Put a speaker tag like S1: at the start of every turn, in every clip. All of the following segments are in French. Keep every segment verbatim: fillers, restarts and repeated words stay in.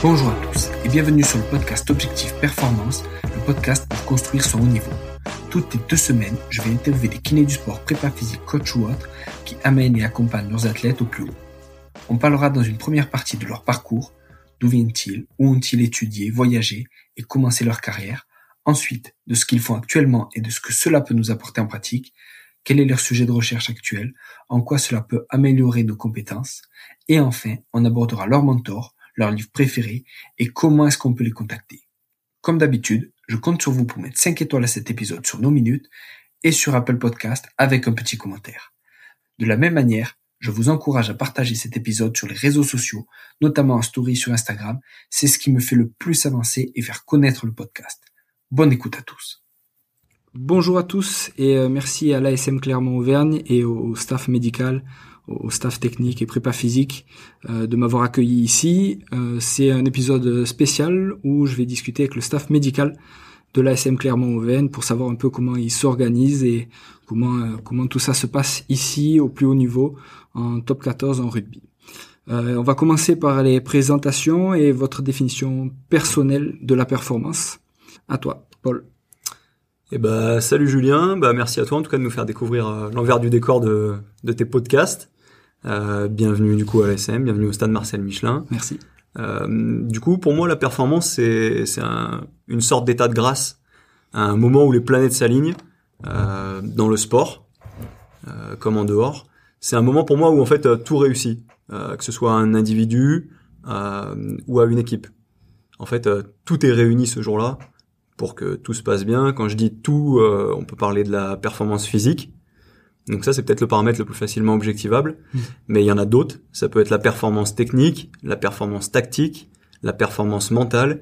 S1: Bonjour à tous et bienvenue sur le podcast Objectif Performance, le podcast pour construire son haut niveau. Toutes les deux semaines, je vais interviewer des kinés du sport, prépa physique, coach ou autres, qui amènent et accompagnent leurs athlètes au plus haut. On parlera dans une première partie de leur parcours, d'où viennent-ils, où ont-ils étudié, voyagé et commencé leur carrière. Ensuite, de ce qu'ils font actuellement et de ce que cela peut nous apporter en pratique. Quel est leur sujet de recherche actuel, en quoi cela peut améliorer nos compétences. Et enfin, on abordera leur mentor, leur livre préféré et comment est-ce qu'on peut les contacter. Comme d'habitude, je compte sur vous pour mettre cinq étoiles à cet épisode sur nos minutes et sur Apple Podcast avec un petit commentaire. De la même manière, je vous encourage à partager cet épisode sur les réseaux sociaux, notamment en story sur Instagram. C'est ce qui me fait le plus avancer et faire connaître le podcast. Bonne écoute à tous. Bonjour à tous et merci à l'A S M Clermont-Auvergne et au staff médical, au staff technique et prépa physique euh, de m'avoir accueilli ici. Euh, c'est un épisode spécial où je vais discuter avec le staff médical de l'A S M Clermont-Auvergne pour savoir un peu comment ils s'organisent et comment euh, comment tout ça se passe ici au plus haut niveau en top quatorze en rugby. Euh, on va commencer par les présentations et votre définition personnelle de la performance. À toi, Paul.
S2: Eh ben, salut Julien, bah merci à toi en tout cas de nous faire découvrir euh, l'envers du décor de, de tes podcasts. Euh, bienvenue du coup à l'A S M, bienvenue au stade Marcel Michelin.
S1: Merci.
S2: Euh, du coup, pour moi, la performance, c'est, c'est un, une sorte d'état de grâce, un moment où les planètes s'alignent euh, dans le sport, euh, comme en dehors. C'est un moment pour moi où en fait tout réussit, euh, que ce soit un individu euh, ou à une équipe. En fait, euh, tout est réuni ce jour-là pour que tout se passe bien. Quand je dis tout, euh, on peut parler de la performance physique. Donc ça, c'est peut-être le paramètre le plus facilement objectivable. Mmh. Mais il y en a d'autres. Ça peut être la performance technique, la performance tactique, la performance mentale.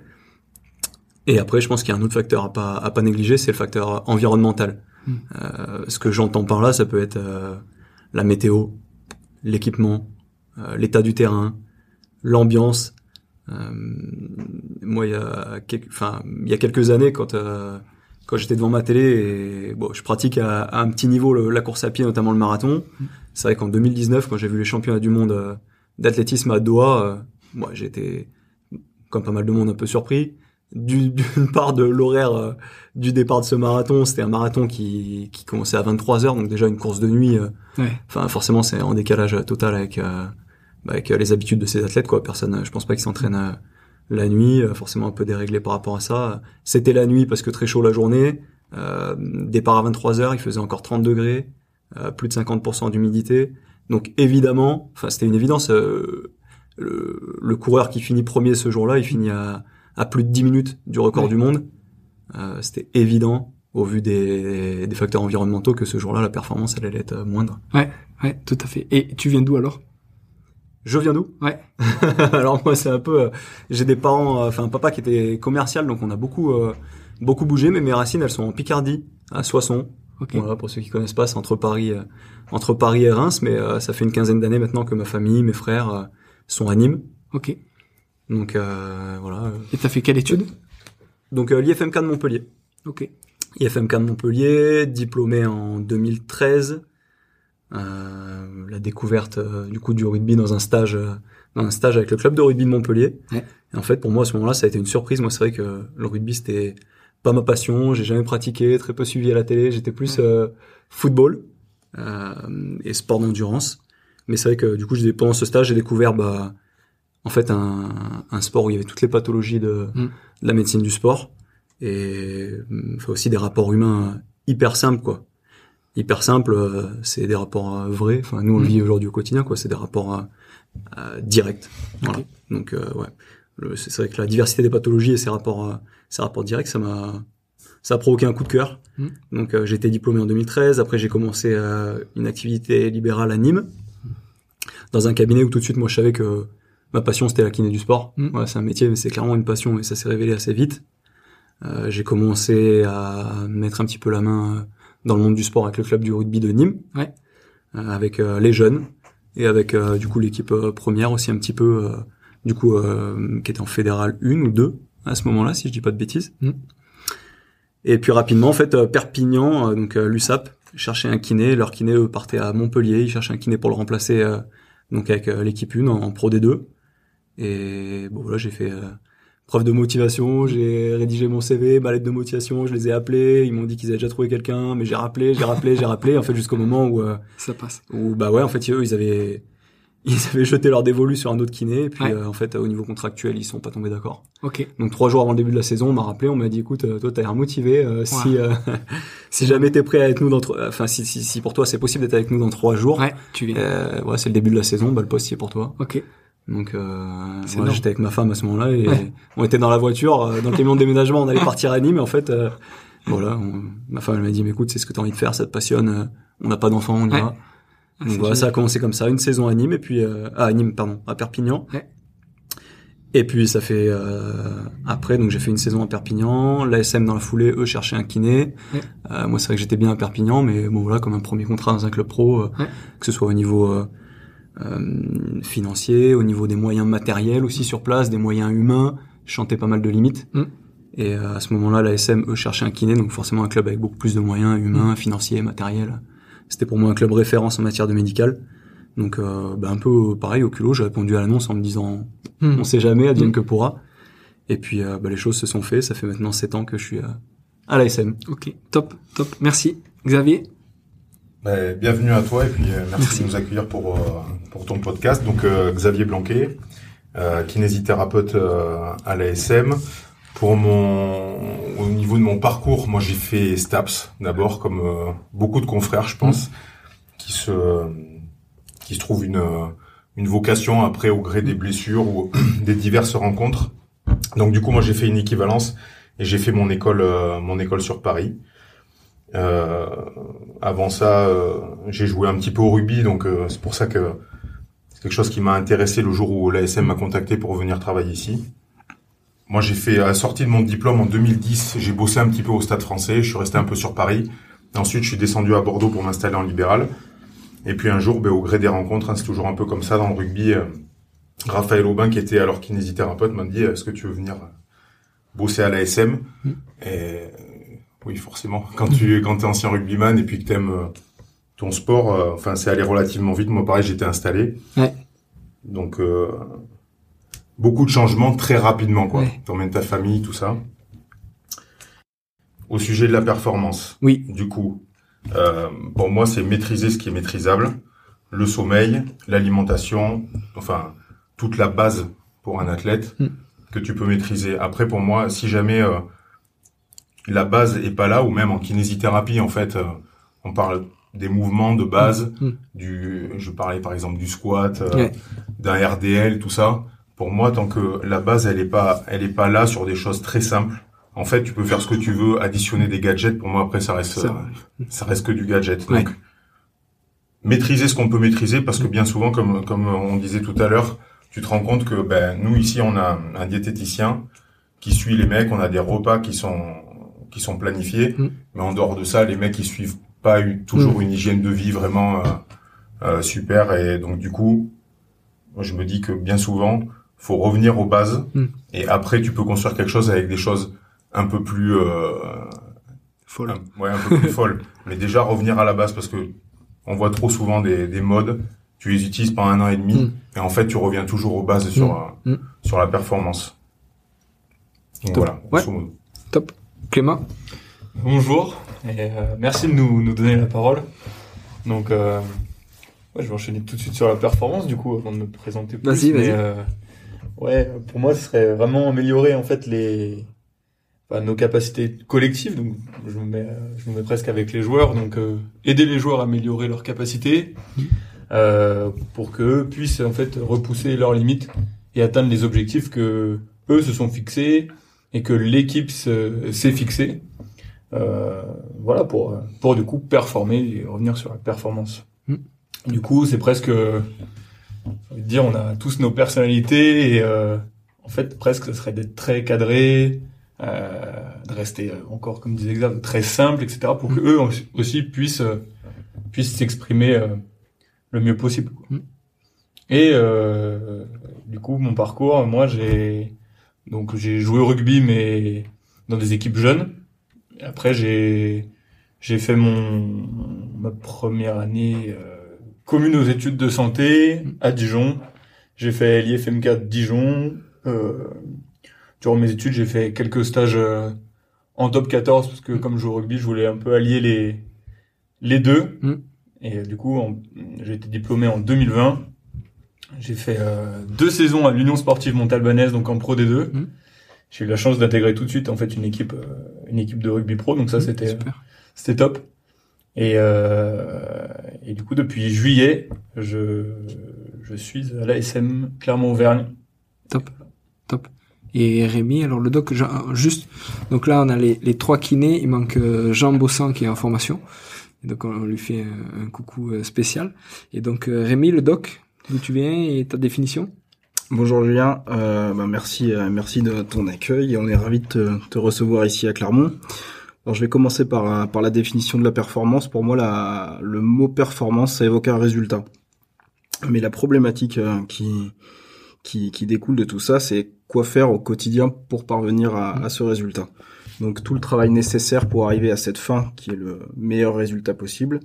S2: Et après, je pense qu'il y a un autre facteur à pas, à pas négliger, c'est le facteur environnemental. Mmh. Euh, ce que j'entends par là, ça peut être euh, la météo, l'équipement, euh, l'état du terrain, l'ambiance. Euh, moi, il y a, quelques, enfin, il y a quelques années, quand euh, quand j'étais devant ma télé, et bon, je pratique à, à un petit niveau le, la course à pied, notamment le marathon. Mmh. C'est vrai qu'en deux mille dix-neuf, quand j'ai vu les championnats du monde euh, d'athlétisme à Doha, euh, moi, j'ai été, comme pas mal de monde, un peu surpris. Du, d'une part de l'horaire euh, du départ de ce marathon, c'était un marathon qui qui commençait à vingt-trois heures, donc déjà une course de nuit. Euh, ouais. Enfin, forcément, c'est en décalage total avec euh, avec les habitudes de ces athlètes, quoi. Personne, je pense pas qu'ils s'entraînent euh, la nuit, forcément un peu déréglé par rapport à ça. C'était la nuit parce que très chaud la journée. Euh, départ à vingt-trois heures, il faisait encore trente degrés, euh, plus de cinquante pour cent d'humidité. Donc évidemment, enfin c'était une évidence. Euh, le, le coureur qui finit premier ce jour-là, il finit à, à plus de dix minutes du record ouais. du monde. Euh, c'était évident au vu des, des facteurs environnementaux que ce jour-là, la performance elle allait être moindre.
S1: Ouais, ouais, tout à fait. Et tu viens d'où alors ?
S2: Je viens d'où ?
S1: Ouais.
S2: Alors moi c'est un peu, euh, j'ai des parents, enfin euh, un papa qui était commercial, donc on a beaucoup euh, beaucoup bougé, mais mes racines elles sont en Picardie, à Soissons. Okay. Voilà, pour ceux qui connaissent pas, c'est entre Paris, euh, entre Paris et Reims, mais euh, ça fait une quinzaine d'années maintenant que ma famille, mes frères euh, sont à Nîmes.
S1: Ok.
S2: Donc euh, voilà.
S1: Et t'as fait quelle étude ?
S2: Donc euh, l'I F M K de Montpellier.
S1: Ok.
S2: I F M K de Montpellier, diplômé en deux mille treize. Euh, la découverte euh, du coup du rugby dans un stage euh, dans un stage avec le club de rugby de Montpellier. Ouais. Et en fait pour moi à ce moment-là ça a été une surprise. Moi c'est vrai que le rugby c'était pas ma passion, j'ai jamais pratiqué, très peu suivi à la télé, j'étais plus ouais. euh, football euh, et sport d'endurance. Mais c'est vrai que du coup j'ai, pendant ce stage j'ai découvert bah en fait un, un sport où il y avait toutes les pathologies de, mmh. de la médecine du sport et enfin, aussi des rapports humains hyper simples quoi. Hyper simple, euh, c'est des rapports euh, vrais. Enfin, nous on le vit aujourd'hui au quotidien, quoi. C'est des rapports euh, euh, directs. Voilà. Okay. Donc, euh, ouais, le, c'est, c'est vrai que la diversité des pathologies et ces rapports, euh, ces rapports directs, ça m'a, ça a provoqué un coup de cœur. Mm. Donc, euh, j'ai été diplômé en deux mille treize. Après, j'ai commencé euh, une activité libérale à Nîmes, dans un cabinet où tout de suite, moi, je savais que ma passion c'était la kiné du sport. Mm. Ouais, c'est un métier, mais c'est clairement une passion et ça s'est révélé assez vite. Euh, j'ai commencé à mettre un petit peu la main. Euh, dans le monde du sport avec le club du rugby de Nîmes, ouais. euh, avec euh, les jeunes et avec euh, du coup l'équipe euh, première aussi un petit peu, euh, du coup euh, qui était en fédérale une ou deux à ce moment-là si je dis pas de bêtises. Mm. Et puis rapidement en fait euh, Perpignan, euh, donc euh, l'U S A P cherchait un kiné, leur kiné eux partait à Montpellier, ils cherchaient un kiné pour le remplacer euh, donc avec euh, l'équipe une en, en Pro D deux. Et bon voilà, j'ai fait euh, preuve de motivation, j'ai rédigé mon C V, ma lettre de motivation, je les ai appelés, ils m'ont dit qu'ils avaient déjà trouvé quelqu'un, mais j'ai rappelé, j'ai rappelé, j'ai rappelé, en fait jusqu'au moment où euh,
S1: ça passe.
S2: Où bah ouais, en fait eux ils avaient ils avaient jeté leur dévolu sur un autre kiné, et puis
S1: ouais.
S2: euh, en fait au niveau contractuel ils sont pas tombés d'accord.
S1: Ok.
S2: Donc trois jours avant le début de la saison, on m'a rappelé, on m'a dit écoute, toi t'as l'air motivé, euh, wow. si euh, si jamais t'es prêt à être nous dans enfin si, si si pour toi c'est possible d'être avec nous dans trois jours,
S1: ouais, tu viens.
S2: Euh, ouais, c'est le début de la saison, bah le poste il est pour toi.
S1: Ok.
S2: Donc euh, ouais, j'étais avec ma femme à ce moment-là et ouais. on était dans la voiture, euh, dans le camion de déménagement, on allait partir à Nîmes, et en fait euh, voilà, on, ma femme elle m'a dit mais écoute, c'est ce que t'as envie de faire, ça te passionne, euh, on n'a pas d'enfant, on y ouais. va. Ah, donc voilà, ça a commencé comme ça, une saison à Nîmes et puis euh, ah, à Nîmes pardon, à Perpignan.
S1: Ouais.
S2: Et puis ça fait euh, après donc j'ai fait une saison à Perpignan, l'A S M dans la foulée, eux cherchaient un kiné. Ouais. Euh, moi c'est vrai que j'étais bien à Perpignan, mais bon voilà, comme un premier contrat dans un club pro, euh, ouais. que ce soit au niveau euh, euh, financier, au niveau des moyens matériels aussi sur place, des moyens humains, je sentais pas mal de limites. Mm. Et euh, à ce moment-là, l'A S M eux cherchaient un kiné, donc forcément un club avec beaucoup plus de moyens humains, mm. financiers, matériels. C'était pour moi un club référence en matière de médical. Donc euh, bah un peu pareil au culot, j'ai répondu à l'annonce en me disant mmh. on sait jamais, advienne mmh. que pourra. Et puis euh, bah les choses se sont faites, ça fait maintenant sept ans que je suis euh, à l'A S M.
S1: OK, top, top. Merci Xavier.
S3: Bah, bienvenue à toi et puis euh, merci, merci de nous accueillir pour euh, pour ton podcast. Donc euh, Xavier Blanquet, euh, kinésithérapeute euh, à l'A S M. Pour mon au niveau de mon parcours, moi j'ai fait STAPS d'abord comme euh, beaucoup de confrères, je pense, mmh. qui se qui se trouvent une une vocation après au gré des blessures ou des diverses rencontres. Donc du coup, moi j'ai fait une équivalence et j'ai fait mon école euh, mon école sur Paris. Euh, avant ça, euh, j'ai joué un petit peu au rugby, donc euh, c'est pour ça que c'est quelque chose qui m'a intéressé le jour où l'A S M m'a contacté pour venir travailler ici. Moi, j'ai fait, à la sortie de mon diplôme en deux mille dix, j'ai bossé un petit peu au Stade Français, je suis resté un peu sur Paris. Ensuite, je suis descendu à Bordeaux pour m'installer en libéral. Et puis un jour, ben, au gré des rencontres, hein, c'est toujours un peu comme ça dans le rugby, euh, Raphaël Aubin, qui était alors kinésithérapeute, m'a dit « Est-ce que tu veux venir bosser à l'A S M ?» mmh. Et euh, oui, forcément, quand tu quand t'es ancien rugbyman et puis que t'aimes euh, ton sport, euh, enfin, c'est allé relativement vite. Moi, pareil, j'étais installé. Ouais. Donc... Euh, beaucoup de changements très rapidement, quoi. Ouais. T'emmènes ta famille, tout ça. Au sujet de la performance.
S1: Oui.
S3: Du coup, euh, pour moi, c'est maîtriser ce qui est maîtrisable. Le sommeil, l'alimentation, enfin, toute la base pour un athlète mm. que tu peux maîtriser. Après, pour moi, si jamais euh, la base est pas là, ou même en kinésithérapie, en fait, euh, on parle des mouvements de base, mm. du, je parlais par exemple du squat, euh, ouais. d'un R D L, tout ça. Pour moi, tant que la base, elle est pas, elle est pas là sur des choses très simples. En fait, tu peux faire ce que tu veux, additionner des gadgets. Pour moi, après, ça reste, ça, euh, ça reste que du gadget. Ouais. Donc, maîtriser ce qu'on peut maîtriser, parce que bien souvent, comme, comme on disait tout à l'heure, tu te rends compte que, ben, nous, ici, on a un diététicien qui suit les mecs, on a des repas qui sont, qui sont planifiés. Mm. Mais en dehors de ça, les mecs, ils suivent pas eu, toujours mm. une hygiène de vie vraiment, euh, euh, super. Et donc, du coup, moi, je me dis que bien souvent, faut revenir aux bases mm. et après tu peux construire quelque chose avec des choses un peu plus euh,
S1: folles.
S3: Un, ouais, un peu plus folles. Mais déjà revenir à la base parce que on voit trop souvent des, des modes, tu les utilises pendant un an et demi mm. et en fait tu reviens toujours aux bases sur mm. euh, sur la performance. Donc
S1: top.
S3: Voilà.
S1: Ouais. Top. Clément.
S4: Bonjour et euh, merci de nous nous donner la parole. Donc euh, ouais, je vais enchaîner tout de suite sur la performance du coup avant de me présenter plus.
S1: Vas-y, vas-y.
S4: Mais, euh, Ouais, pour moi, ce serait vraiment améliorer en fait les, enfin, nos capacités collectives. Donc, je me mets, je me mets presque avec les joueurs. Donc, euh, aider les joueurs à améliorer leurs capacités euh, pour qu'eux puissent en fait repousser leurs limites et atteindre les objectifs que eux se sont fixés et que l'équipe se, s'est fixée. Euh, voilà pour pour du coup performer et revenir sur la performance. Mm. Du coup, c'est presque Ça veut dire on a tous nos personnalités et euh, en fait presque ce serait d'être très cadré, euh, de rester euh, encore comme disait Xav, très simple, et cetera pour que eux aussi puissent euh, puissent s'exprimer euh, le mieux possible. Quoi. Mm. Et euh, du coup mon parcours, moi j'ai donc j'ai joué au rugby mais dans des équipes jeunes. Et après j'ai j'ai fait mon ma première année. Euh, commune aux études de santé à Dijon. J'ai fait l'I F M quatre Dijon. Euh, durant mes études, j'ai fait quelques stages euh, en top quatorze parce que comme je joue au rugby, je voulais un peu allier les les deux. Mm. Et euh, du coup, en, j'ai été diplômé en deux mille vingt. J'ai fait euh, deux saisons à l'Union Sportive Montalbanaise, donc en Pro D deux. Mm. J'ai eu la chance d'intégrer tout de suite en fait une équipe euh, une équipe de rugby pro, donc ça mmh, c'était super. Euh, c'était top. Et euh, et du coup depuis juillet, je je suis à l'A S M Clermont-Auvergne.
S1: Top. Top. Et Rémi, alors le doc juste donc là on a les les trois kinés, il manque Jean Bossan qui est en formation. Et donc on lui fait un, un coucou spécial. Et donc Rémi, le doc, d'où tu viens et ta définition?
S5: Bonjour Julien, euh, bah merci, euh, merci de ton accueil et on est ravis de te, te recevoir ici à Clermont. Alors je vais commencer par par la définition de la performance. Pour moi, la, le mot performance, ça évoque un résultat. Mais la problématique euh, qui qui qui découle de tout ça, c'est quoi faire au quotidien pour parvenir à, à ce résultat. Donc tout le travail nécessaire pour arriver à cette fin, qui est le meilleur résultat possible.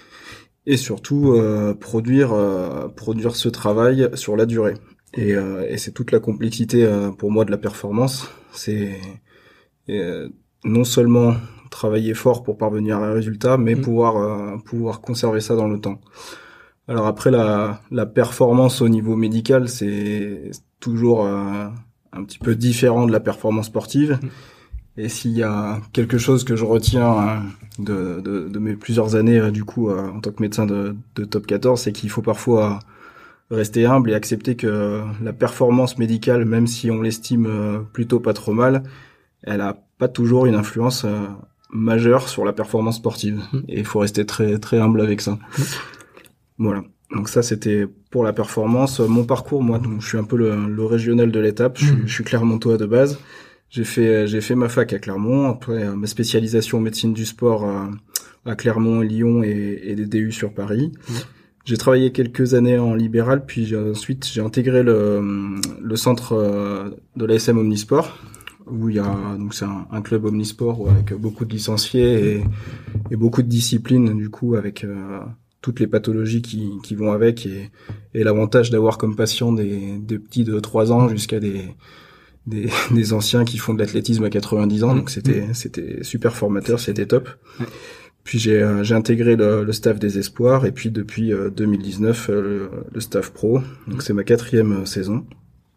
S5: Et surtout euh, produire euh, produire ce travail sur la durée. Et, euh, et c'est toute la complexité euh, pour moi de la performance. C'est euh, non seulement travailler fort pour parvenir à un résultat, mais mmh. pouvoir euh, pouvoir conserver ça dans le temps. Alors après la la performance au niveau médical, c'est toujours euh, un petit peu différent de la performance sportive. Mmh. Et s'il y a quelque chose que je retiens euh, de, de de mes plusieurs années euh, du coup euh, en tant que médecin de, de top quatorze, c'est qu'il faut parfois rester humble et accepter que la performance médicale, même si on l'estime plutôt pas trop mal, elle a pas toujours une influence euh, majeure sur la performance sportive. Mmh. Et il faut rester très très humble avec ça. Mmh. Voilà. Donc ça, c'était pour la performance. Mon parcours, moi, donc, je suis un peu le, le régional de l'étape. Je, mmh. je suis clermontois de base. J'ai fait j'ai fait ma fac à Clermont. Après, ma spécialisation en médecine du sport à, à Clermont et Lyon et, et des D U sur Paris. Mmh. J'ai travaillé quelques années en libéral, puis j'ai, ensuite j'ai intégré le, le centre de l'A S M Omnisport, où il y a donc c'est un, un club omnisport avec beaucoup de licenciés et, et beaucoup de disciplines du coup avec euh, toutes les pathologies qui, qui vont avec et, et l'avantage d'avoir comme patient des, des petits de trois ans jusqu'à des, des des anciens qui font de l'athlétisme à quatre-vingt-dix ans, donc c'était c'était super formateur, c'était top. Puis j'ai, euh, j'ai intégré le, le staff des espoirs et puis depuis euh, deux mille dix-neuf euh, le, le staff pro. Donc c'est ma quatrième euh, saison.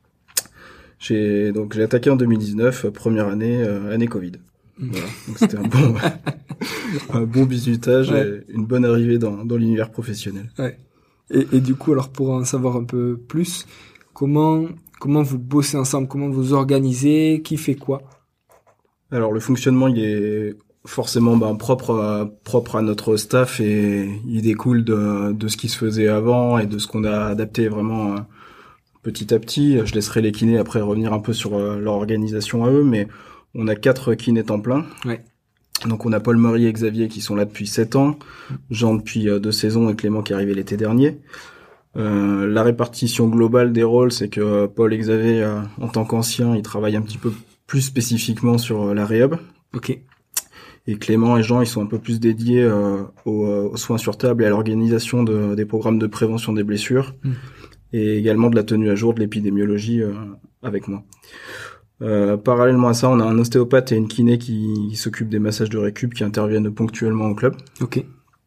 S5: J'ai donc j'ai attaqué en deux mille dix-neuf, euh, première année euh, année Covid. Voilà. Donc c'était un bon un bon bisutage ouais. et une bonne arrivée dans dans l'univers professionnel.
S1: Ouais. Et, et du coup alors pour en savoir un peu plus, comment comment vous bossez ensemble, comment vous organisez, qui fait quoi?
S5: Alors le fonctionnement il est forcément ben, propre à, propre à notre staff et il découle de, de ce qui se faisait avant et de ce qu'on a adapté vraiment euh, petit à petit. Je laisserai les kinés après revenir un peu sur euh, leur organisation à eux, mais on a quatre kinés temps plein.
S1: Ouais.
S5: Donc on a Paul, Marie et Xavier qui sont là depuis sept ans, Jean depuis euh, deux saisons et Clément qui est arrivé l'été dernier. Euh, la répartition globale des rôles, c'est que Paul et Xavier, euh, en tant qu'anciens, ils travaillent un petit peu plus spécifiquement sur euh, la réhab.
S1: Ok.
S5: Et Clément et Jean, ils sont un peu plus dédiés euh, aux, aux soins sur table et à l'organisation de, des programmes de prévention des blessures mmh. et également de la tenue à jour de l'épidémiologie euh, avec moi. Euh, parallèlement à ça, on a un ostéopathe et une kiné qui, qui s'occupent des massages de récup qui interviennent ponctuellement au club.
S1: Ok.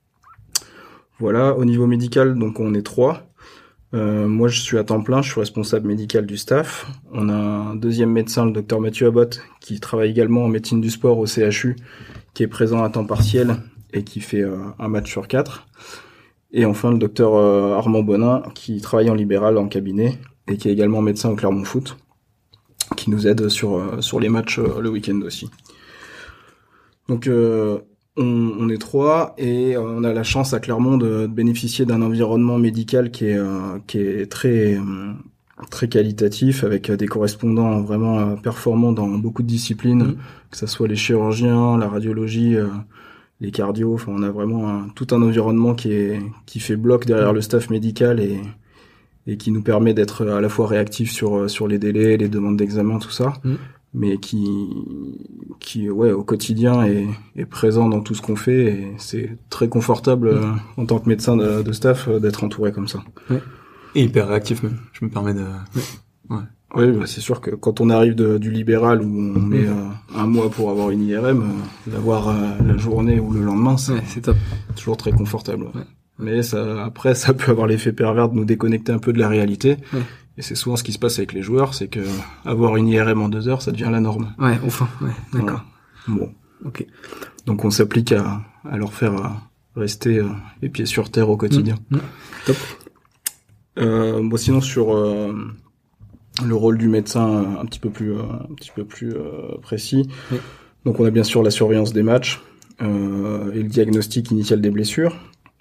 S5: Voilà, au niveau médical, donc on est trois. Euh, moi, je suis à temps plein, je suis responsable médical du staff. On a un deuxième médecin, le docteur Mathieu Abbott, qui travaille également en médecine du sport au C H U, qui est présent à temps partiel et qui fait euh, un match sur quatre. Et enfin, le docteur euh, Armand Bonin, qui travaille en libéral en cabinet et qui est également médecin au Clermont Foot, qui nous aide sur euh, sur les matchs euh, le week-end aussi. Donc, euh, on, on est trois et euh, on a la chance à Clermont de, de bénéficier d'un environnement médical qui est euh, qui est très euh, très qualitatif, avec des correspondants vraiment performants dans beaucoup de disciplines, mmh. que ça soit les chirurgiens, la radiologie, euh, les cardios. Enfin, on a vraiment un, tout un environnement qui est qui fait bloc derrière mmh. le staff médical et et qui nous permet d'être à la fois réactifs sur sur les délais, les demandes d'examen, tout ça, mmh. mais qui qui ouais au quotidien est est présent dans tout ce qu'on fait et c'est très confortable mmh. euh, en tant que médecin de, de staff euh, d'être entouré comme ça.
S1: Ouais.
S2: Et hyper réactif même. Je me permets de.
S5: Ouais.
S2: Ouais.
S5: Oui, bah c'est sûr que quand on arrive de, du libéral où on met euh, un mois pour avoir une I R M, euh, l'avoir euh, la journée ou le lendemain, c'est,
S1: ouais, c'est top.
S5: Toujours très confortable.
S1: Ouais.
S5: Mais ça, après, ça peut avoir l'effet pervers de nous déconnecter un peu de la réalité.
S1: Ouais.
S5: Et c'est souvent ce qui se passe avec les joueurs, c'est que avoir une I R M en deux heures, ça devient la norme.
S1: Ouais, enfin, ouais, d'accord.
S5: Voilà. Bon.
S1: Ok.
S5: Donc on s'applique à, à leur faire euh, rester euh, les pieds sur terre au quotidien.
S1: Mmh. Mmh. Top.
S5: Euh, bon, sinon sur euh, le rôle du médecin un petit peu plus euh, un petit peu plus euh, précis.
S1: Oui.
S5: Donc on a bien sûr la surveillance des matchs euh, et le diagnostic initial des blessures.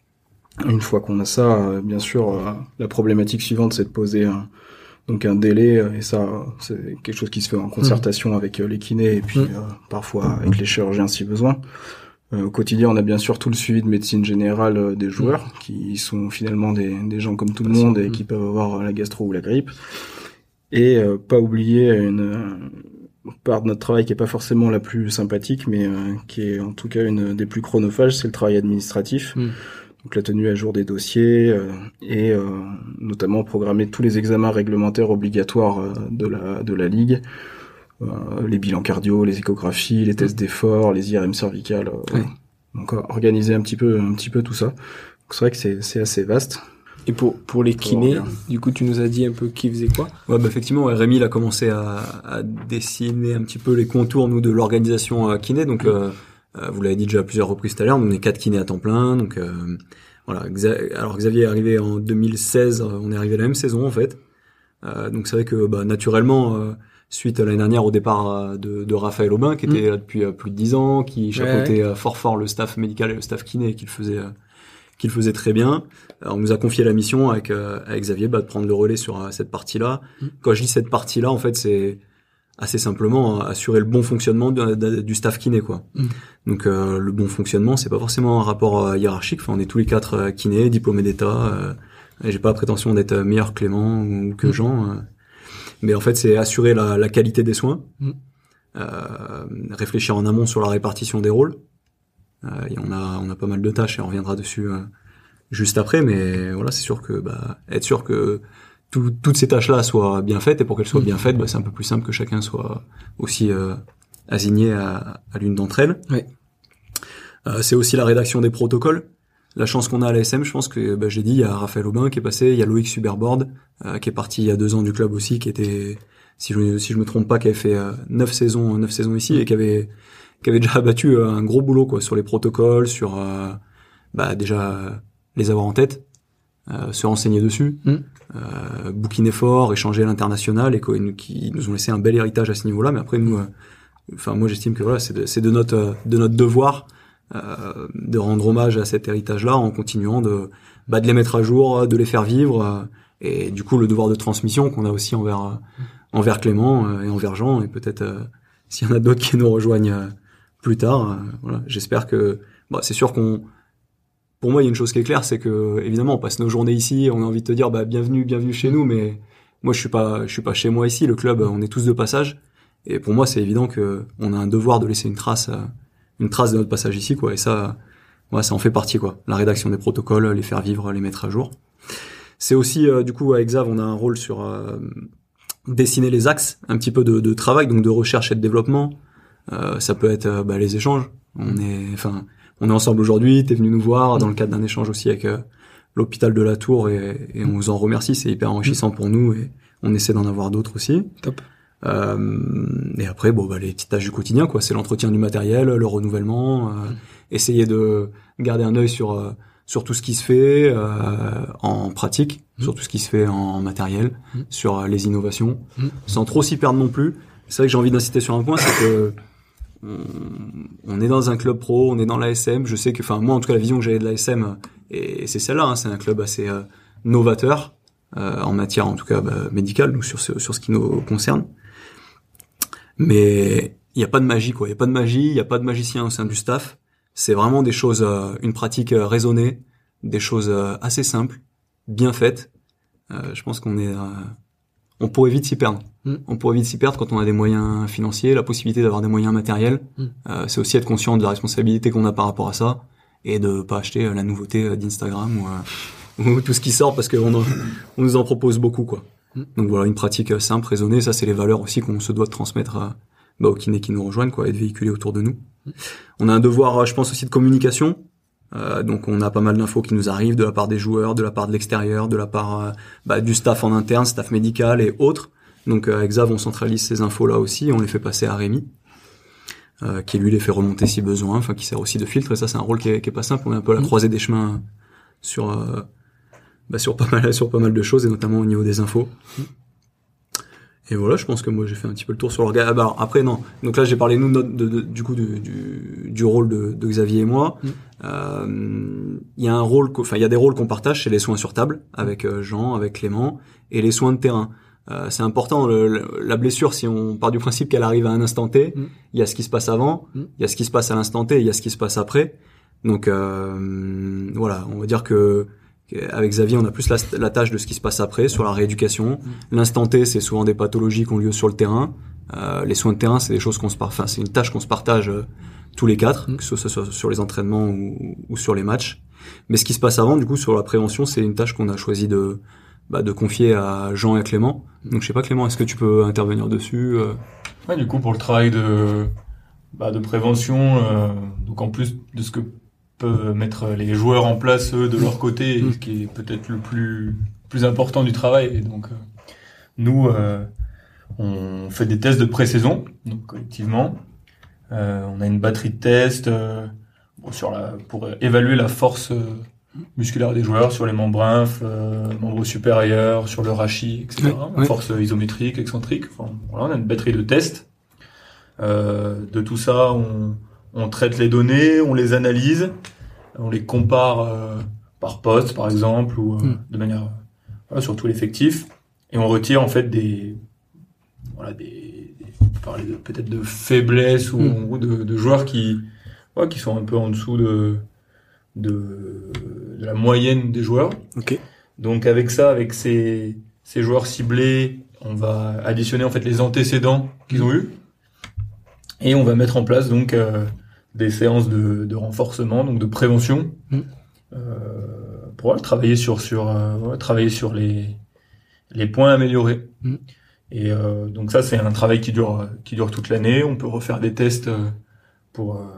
S5: Une fois qu'on a ça, euh, bien sûr, euh, la problématique suivante, c'est de poser un, donc un délai, euh, et ça, c'est quelque chose qui se fait en concertation mmh. avec euh, les kinés et puis mmh. euh, parfois avec les chirurgiens si besoin. Euh, au quotidien, on a bien sûr tout le suivi de médecine générale euh, des joueurs, mmh. qui sont finalement des, des gens comme tout le monde et mmh. qui peuvent avoir la gastro ou la grippe. Et euh, pas oublier une, une part de notre travail qui est pas forcément la plus sympathique, mais euh, qui est en tout cas une des plus chronophages, c'est le travail administratif. Mmh. Donc la tenue à jour des dossiers euh, et euh, notamment programmer tous les examens réglementaires obligatoires euh, de la de la ligue, euh, les bilans cardio, les échographies, les tests d'effort, les I R M cervicales. Euh,
S1: ouais.
S5: Donc organiser un petit peu un petit peu tout ça. Donc, c'est vrai que c'est c'est assez vaste.
S1: Et pour pour les kinés, du coup tu nous as dit un peu qui faisait quoi ?
S2: Ouais, bah effectivement, ouais, Rémi il a commencé à, à dessiner un petit peu les contours nous de l'organisation euh, kiné. Donc euh, Euh, vous l'avez dit déjà à plusieurs reprises tout à l'heure, on est quatre kinés à temps plein, donc euh, voilà. Xa- alors Xavier est arrivé en deux mille seize, on est arrivé la même saison en fait. Euh, donc c'est vrai que bah, naturellement, euh, suite à l'année dernière au départ de, de Raphaël Aubin, qui était mmh. là depuis euh, plus de dix ans, qui chapeautait ouais. fort fort le staff médical et le staff kiné, et qui le faisait, euh, qui le faisait très bien. Alors, on nous a confié la mission avec euh, avec Xavier bah, de prendre le relais sur euh, cette partie-là. Mmh. Quand je dis cette partie-là, en fait, c'est assez simplement assurer le bon fonctionnement de, de, du staff kiné, quoi. Mmh. Donc euh, le bon fonctionnement, c'est pas forcément un rapport euh, hiérarchique. Enfin, on est tous les quatre euh, kinés, diplômés d'État. Euh, et j'ai pas la prétention d'être meilleur que Clément ou que mmh. Jean, euh, mais en fait, c'est assurer la, la qualité des soins, mmh. euh, réfléchir en amont sur la répartition des rôles. Euh, et on a on a pas mal de tâches et on reviendra dessus euh, juste après. Mais voilà, c'est sûr que bah être sûr que Tout, toutes ces tâches-là soient bien faites, et pour qu'elles soient bien faites, bah, c'est un peu plus simple que chacun soit aussi euh, assigné à, à l'une d'entre elles.
S1: Oui.
S2: Euh, c'est aussi la rédaction des protocoles. La chance qu'on a à l'A S M, je pense que bah, j'ai dit, il y a Raphaël Aubin qui est passé, il y a Loïc Suberbord euh, qui est parti il y a deux ans du club aussi, qui était, si je si je me trompe pas, qui avait fait euh, neuf saisons, neuf saisons ici, et qui avait qui avait déjà abattu euh, un gros boulot quoi sur les protocoles, sur euh, bah déjà euh, les avoir en tête. Euh, se renseigner dessus, mmh. euh, bouquiner fort, échanger à l'international, et qui, qui nous ont laissé un bel héritage à ce niveau-là. Mais après, nous, euh, enfin moi, j'estime que voilà, c'est de, c'est de notre de notre devoir euh, de rendre hommage à cet héritage-là en continuant de bah, de les mettre à jour, de les faire vivre, euh, et du coup le devoir de transmission qu'on a aussi envers euh, envers Clément euh, et envers Jean, et peut-être euh, s'il y en a d'autres qui nous rejoignent euh, plus tard. Euh, voilà, j'espère que bah, c'est sûr qu'on Pour moi, il y a une chose qui est claire, c'est que évidemment, on passe nos journées ici, on a envie de te dire, bah bienvenue, bienvenue chez nous, mais moi, je suis pas, je suis pas chez moi ici. Le club, on est tous de passage, et pour moi, c'est évident que on a un devoir de laisser une trace, une trace de notre passage ici, quoi. Et ça, ouais, ça en fait partie, quoi. La rédaction des protocoles, les faire vivre, les mettre à jour. C'est aussi, euh, du coup, avec Xav, on a un rôle sur euh, dessiner les axes, un petit peu de, de travail, donc de recherche et de développement. Euh, ça peut être euh, bah, les échanges. On est, enfin. On est ensemble aujourd'hui, t'es venu nous voir dans le cadre d'un échange aussi avec euh, l'hôpital de la Tour, et, et on vous en remercie, c'est hyper enrichissant pour nous, et on essaie d'en avoir d'autres aussi.
S1: Top.
S2: Euh, et après, bon, bah, les petites tâches du quotidien, quoi, c'est l'entretien du matériel, le renouvellement, euh, mmh. essayer de garder un œil sur euh, sur tout ce qui se fait euh, en pratique, mmh. sur tout ce qui se fait en matériel, mmh. sur euh, les innovations, mmh. sans trop s'y perdre non plus. C'est vrai que j'ai envie d'insister sur un point, c'est que On, on est dans un club pro, on est dans l'A S M. Je sais que, enfin moi en tout cas la vision que j'avais de l'A S M, et c'est celle-là, hein, c'est un club assez euh, novateur euh, en matière en tout cas bah, médicale, donc sur ce, sur ce qui nous concerne. Mais il y a pas de magie quoi, il y a pas de magie, il y a pas de magicien au sein du staff. C'est vraiment des choses, euh, une pratique euh, raisonnée, des choses euh, assez simples, bien faites. Euh, je pense qu'on est euh, on pourrait vite s'y perdre. Mmh. On pourrait vite s'y perdre quand on a des moyens financiers, la possibilité d'avoir des moyens matériels. Mmh. Euh, c'est aussi être conscient de la responsabilité qu'on a par rapport à ça, et de pas acheter la nouveauté d'Instagram ou, ou tout ce qui sort parce qu'on en, on nous en propose beaucoup, quoi. Donc voilà, une pratique simple, raisonnée, ça c'est les valeurs aussi qu'on se doit de transmettre à, bah, aux kinés qui nous rejoignent, quoi, et de véhiculer autour de nous. On a un devoir, je pense aussi de communication. Euh, donc on a pas mal d'infos qui nous arrivent de la part des joueurs, de la part de l'extérieur, de la part euh, bah, du staff en interne, staff médical et autres. Donc euh, avec Xav, on centralise ces infos-là aussi, on les fait passer à Rémi, euh, qui lui les fait remonter si besoin, enfin qui sert aussi de filtre. Et ça, c'est un rôle qui est, qui est pas simple. On est un peu à la croisée des chemins sur euh, bah, sur pas mal sur pas mal de choses, et notamment au niveau des infos. Et voilà, je pense que moi j'ai fait un petit peu le tour sur l'orga. Ah bah alors, après non. Donc là j'ai parlé nous de, de, de, du coup de, du, du rôle de, de Xavier et moi. Il mm. euh, y a un rôle, enfin il y a des rôles qu'on partage, c'est les soins sur table avec euh, Jean, avec Clément, et les soins de terrain. Euh, c'est important. Le, le, la blessure, si on part du principe qu'elle arrive à un instant T, il mm. y a ce qui se passe avant, il mm. y a ce qui se passe à l'instant T, il y a ce qui se passe après. Donc euh, voilà, on va dire que avec Xavier, on a plus la, la tâche de ce qui se passe après, sur la rééducation. Mmh. L'instant T, c'est souvent des pathologies qui ont lieu sur le terrain. Euh, les soins de terrain, c'est des choses qu'on se partage, enfin, c'est une tâche qu'on se partage euh, tous les quatre, mmh. que ce soit sur, sur les entraînements ou, ou sur les matchs. Mais ce qui se passe avant, du coup, sur la prévention, c'est une tâche qu'on a choisi de, bah, de confier à Jean et à Clément. Donc, je sais pas, Clément, est-ce que tu peux intervenir dessus euh...
S4: Ouais, du coup, pour le travail de, bah, de prévention, euh, donc en plus de ce que peuvent mettre les joueurs en place eux de leur côté, et ce qui est peut-être le plus plus important du travail. Et donc euh, nous euh, on fait des tests de pré-saison, donc collectivement euh, on a une batterie de tests euh, bon, sur la pour évaluer la force euh, musculaire des joueurs sur les membres inf, euh, membres supérieurs, sur le rachis, et cetera. Oui, force oui. isométrique, excentrique. Enfin, voilà, on a une batterie de tests. Euh, de tout ça, on On traite les données, on les analyse, on les compare euh, par poste, par exemple, ou euh, mm. de manière euh, voilà, sur tout l'effectif, et on retire en fait des, voilà, des, des on peut parler de, peut-être de faiblesses ou, mm. ou de, de joueurs qui, ouais, qui sont un peu en dessous de, de, de la moyenne des joueurs.
S1: Okay.
S4: Donc avec ça, avec ces, ces joueurs ciblés, on va additionner en fait les antécédents qu'ils ont eus. Et on va mettre en place donc euh, des séances de, de renforcement, donc de prévention, mmh. euh, pour ouais, travailler sur sur euh, ouais, travailler sur les les points améliorés. Mmh. Et euh, donc ça c'est un travail qui dure qui dure toute l'année. On peut refaire des tests pour euh,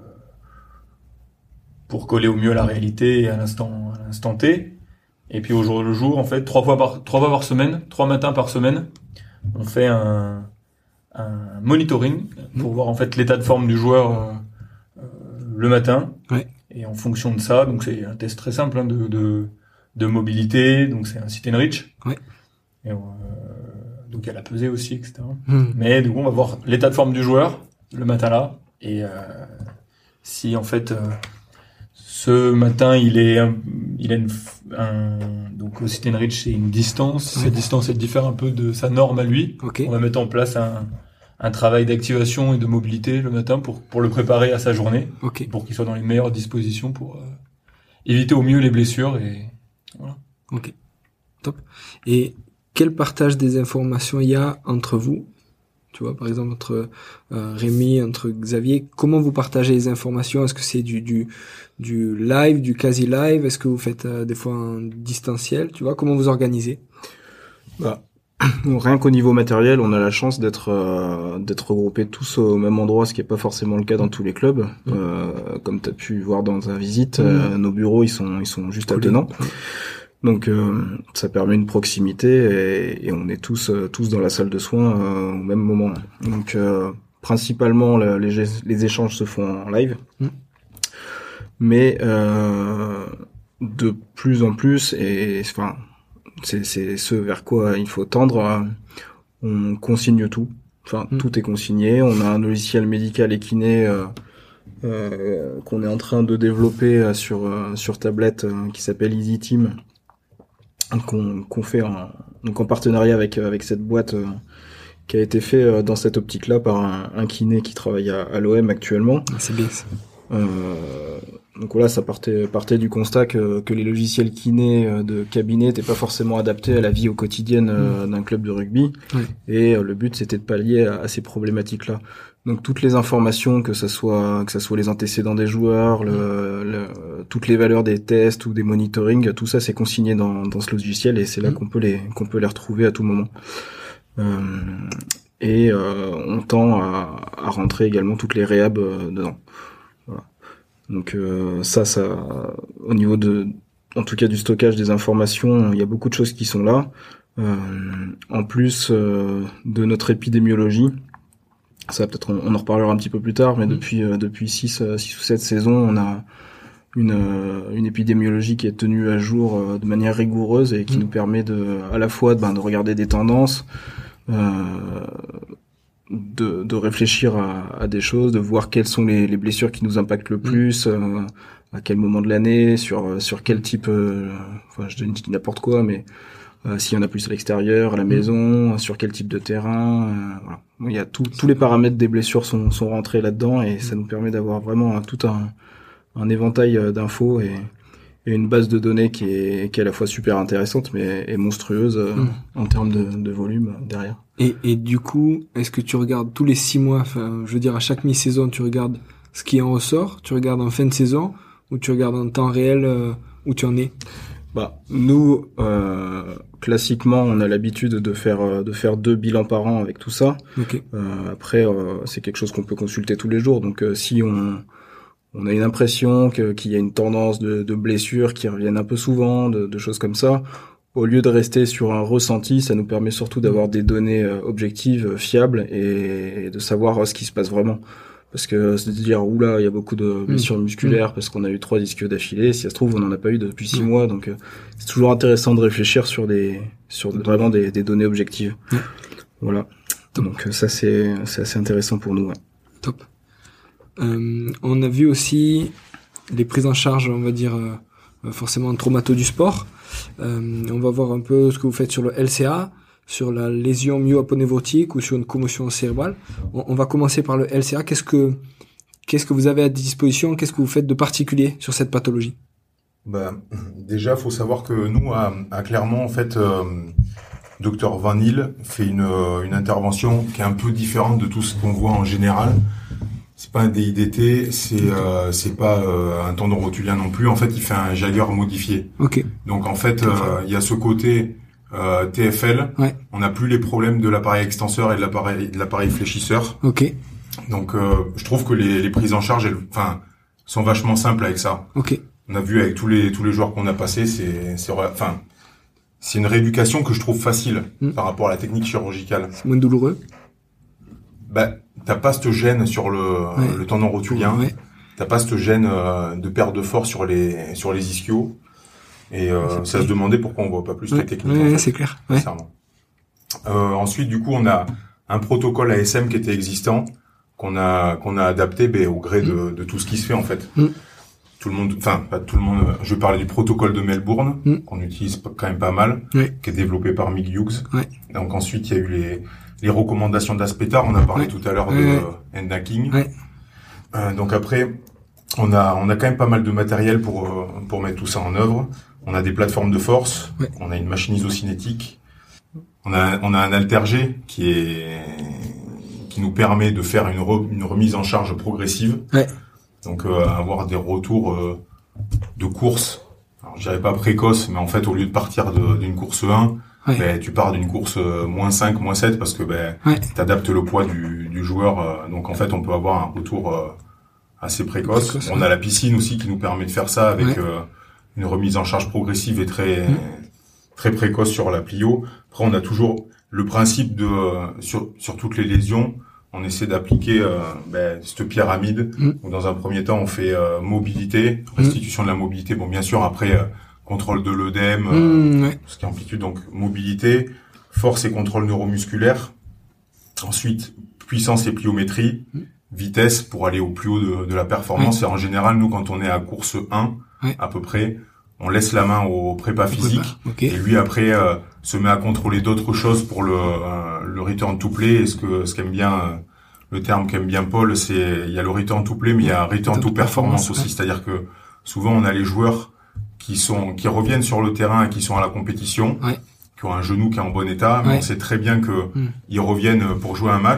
S4: pour coller au mieux à la réalité et à l'instant à l'instant T. Et puis au jour le jour, en fait, trois fois par trois fois par semaine, trois matins par semaine, on fait un un monitoring pour voir en fait l'état de forme du joueur euh, euh, le matin.
S1: Ouais.
S4: Et en fonction de ça, donc c'est un test très simple hein, de, de de mobilité, donc c'est un sit and reach.
S1: Ouais.
S4: Et euh, donc il y a la pesée aussi, et cetera.
S1: Mmh.
S4: Mais du coup on va voir l'état de forme du joueur le matin là, et euh, si en fait euh, ce matin il est un, il a une un, donc au sit and reach c'est une distance, ouais. Cette distance elle diffère un peu de sa norme à lui.
S1: Okay.
S4: On va mettre en place un un travail d'activation et de mobilité le matin pour pour le préparer à sa journée,
S1: okay.
S4: Pour qu'il soit dans les meilleures dispositions pour euh, éviter au mieux les blessures et voilà.
S1: Ok, top. Et quel partage des informations il y a entre vous? Tu vois, par exemple, entre euh, Rémi, entre Xavier, comment vous partagez les informations? Est-ce que c'est du du du live, du quasi live? Est-ce que vous faites euh, des fois un distanciel? Tu vois, comment vous organisez?
S5: Bah. Rien qu'au niveau matériel, on a la chance d'être euh, d'être regroupés tous au même endroit, ce qui est pas forcément le cas dans tous les clubs. Mmh. Euh, comme tu as pu voir dans ta visite, mmh. euh, nos bureaux ils sont ils sont juste attenants. Mmh. Donc euh, ça permet une proximité et, et on est tous euh, tous dans la salle de soins euh, au même moment. Donc euh, principalement le, les les échanges se font en live. Mmh. Mais euh, de plus en plus et enfin c'est c'est ce vers quoi il faut tendre. On consigne tout. Enfin, mmh. tout est consigné. On a un logiciel médical et kiné euh, euh, qu'on est en train de développer euh, sur euh, sur tablette euh, qui s'appelle Easy Team, qu'on qu'on fait en, donc en partenariat avec avec cette boîte euh, qui a été fait euh, dans cette optique-là par un, un kiné qui travaille à, à l'O M actuellement.
S1: C'est bien ça.
S5: Euh, donc voilà, ça partait partait du constat que que les logiciels kinés de cabinet n'étaient pas forcément adaptés à la vie au quotidien mmh. d'un club de rugby.
S1: Oui.
S5: Et euh, le but c'était de pallier à, à ces problématiques-là. Donc toutes les informations, que ça soit que ça soit les antécédents des joueurs, le, le, toutes les valeurs des tests ou des monitorings, tout ça c'est consigné dans, dans ce logiciel et c'est là qu'on peut les qu'on peut les retrouver à tout moment. Euh, et euh, on tend à, à rentrer également toutes les réhab euh, dedans. Voilà. Donc euh, ça, ça, au niveau de, en tout cas du stockage des informations, il y a beaucoup de choses qui sont là. Euh, en plus euh, de notre épidémiologie. Ça peut-être on, on en reparlera un petit peu plus tard, mais mmh. depuis euh, depuis six ou sept saisons, on a une euh, une épidémiologie qui est tenue à jour euh, de manière rigoureuse et qui mmh. nous permet de à la fois de, ben, de regarder des tendances, euh, de de réfléchir à, à des choses, de voir quelles sont les, les blessures qui nous impactent le plus, mmh. euh, à quel moment de l'année, sur sur quel type, euh, enfin je dis n'importe quoi, mais Euh, s'il y en a plus à l'extérieur, à la maison, mmh. sur quel type de terrain, euh, voilà. Il y a tout, tous les paramètres des blessures sont, sont rentrés là-dedans et ça nous permet d'avoir vraiment un, tout un, un éventail d'infos et, et une base de données qui est, qui est à la fois super intéressante mais est monstrueuse euh, mmh. en termes de, de volume derrière.
S1: Et, et du coup, est-ce que tu regardes tous les six mois, enfin, je veux dire à chaque mi-saison, tu regardes ce qui en ressort, tu regardes en fin de saison ou tu regardes en temps réel euh, où tu en es?
S5: Bah, nous, euh, classiquement, on a l'habitude de faire de faire deux bilans par an avec tout ça.
S1: Okay.
S5: Euh, après, euh, c'est quelque chose qu'on peut consulter tous les jours. Donc, euh, si on on a une impression que, qu'il y a une tendance de, de blessures qui reviennent un peu souvent, de, de choses comme ça, au lieu de rester sur un ressenti, ça nous permet surtout d'avoir des données euh, objectives, fiables, et, et de savoir euh, ce qui se passe vraiment. Parce que c'est de dire, oula, il y a beaucoup de blessures mmh. musculaires parce qu'on a eu trois ischios d'affilée. Si ça se trouve, on n'en a pas eu depuis six mmh. mois. Donc, euh, c'est toujours intéressant de réfléchir sur des, sur vraiment des, des données objectives. Mmh. Voilà. Top. Donc, ça, c'est, c'est assez intéressant pour nous. Ouais.
S1: Top. Euh, on a vu aussi les prises en charge, on va dire, euh, forcément en traumato du sport. Euh, on va voir un peu ce que vous faites sur le L C A, sur la lésion myo-aponeurotique ou sur une commotion cérébrale. On, on va commencer par le L C A. Qu'est-ce que, qu'est-ce que vous avez à disposition? Qu'est-ce que vous faites de particulier sur cette pathologie?
S3: Ben, déjà, faut savoir que nous, à, à Clermont, en fait, euh, docteur Van Hill fait une, une intervention qui est un peu différente de tout ce qu'on voit en général. C'est pas un D I D T, c'est euh, c'est pas euh, un tendon rotulien non plus. En fait, il fait un Jagger modifié.
S1: Ok.
S3: Donc en fait, euh, il y a ce côté euh, T F L.
S1: Ouais.
S3: On n'a plus les problèmes de l'appareil extenseur et de l'appareil de l'appareil fléchisseur.
S1: Ok.
S3: Donc euh, je trouve que les, les prises en charge, elles, enfin, sont vachement simples avec ça.
S1: Ok.
S3: On a vu avec tous les tous les joueurs qu'on a passés, c'est c'est enfin c'est une rééducation que je trouve facile mmh. par rapport à la technique chirurgicale.
S1: C'est moins douloureux.
S3: Bah, t'as pas cette gêne sur le, ouais. le tendon rotulien. Ouais. T'as pas cette gêne euh, de perte de force sur les sur les ischios. Et euh, ça se demandait pourquoi on voit pas plus
S1: ouais.
S3: les techniques.
S1: Ouais,
S3: en fait,
S1: c'est clair. Ouais.
S3: Euh, ensuite, du coup, on a un protocole A S M qui était existant, qu'on a qu'on a adapté ben, au gré mmh. de, de tout ce qui se fait en fait. Mmh. Tout le monde, enfin pas tout le monde. Je parlais du protocole de Melbourne mmh. qu'on utilise quand même pas mal,
S1: ouais.
S3: qui est développé par Mick Hughes.
S1: Ouais.
S3: Donc ensuite, il y a eu les les recommandations d'Aspetar, on a parlé ouais. tout à l'heure de
S1: ouais.
S3: euh, Endaking.
S1: Ouais.
S3: Euh, donc après, on a on a quand même pas mal de matériel pour euh, pour mettre tout ça en œuvre. On a des plateformes de force,
S1: ouais.
S3: on a une machine isocinétique, on a on a un Alterg qui est qui nous permet de faire une re, une remise en charge progressive.
S1: Ouais.
S3: Donc euh, avoir des retours euh, de course. Alors je dirais pas précoce, mais en fait au lieu de partir de, d'une course un, ouais. ben, tu pars d'une course euh, moins cinq, moins sept parce que ben
S1: ouais.
S3: t'adaptes le poids du, du joueur. Euh, donc en fait on peut avoir un retour euh, assez précoce. précoce on ouais. a la piscine aussi qui nous permet de faire ça avec ouais. euh, une remise en charge progressive et très mmh. très précoce sur la plio. Après on a toujours le principe de euh, sur sur toutes les lésions, on essaie d'appliquer euh, ben, cette pyramide mmh. où dans un premier temps on fait euh, mobilité, restitution mmh. de la mobilité. Bon bien sûr après euh, contrôle de l'œdème,
S1: mmh,
S3: euh,
S1: ouais.
S3: ce qui est amplitude, donc mobilité, force et contrôle neuromusculaire. Ensuite, puissance et pliométrie, mmh. vitesse pour aller au plus haut de, de la performance. Ouais. Et en général, nous, quand on est à course un, ouais. à peu près, on laisse la main au prépa physique.
S1: Prépa. Okay.
S3: Et lui, après, euh, se met à contrôler d'autres choses pour le, euh, le return to play. Et ce que, ce qu'aime bien, euh, le terme qu'aime bien Paul, c'est, il y a le return to play, mais il y a un return to performance aussi. Ouais. C'est-à-dire que souvent, on a les joueurs qui sont qui reviennent sur le terrain et qui sont à la compétition,
S1: ouais.
S3: qui ont un genou qui est en bon état, mais ouais. on sait très bien que mm. ils reviennent pour jouer un match,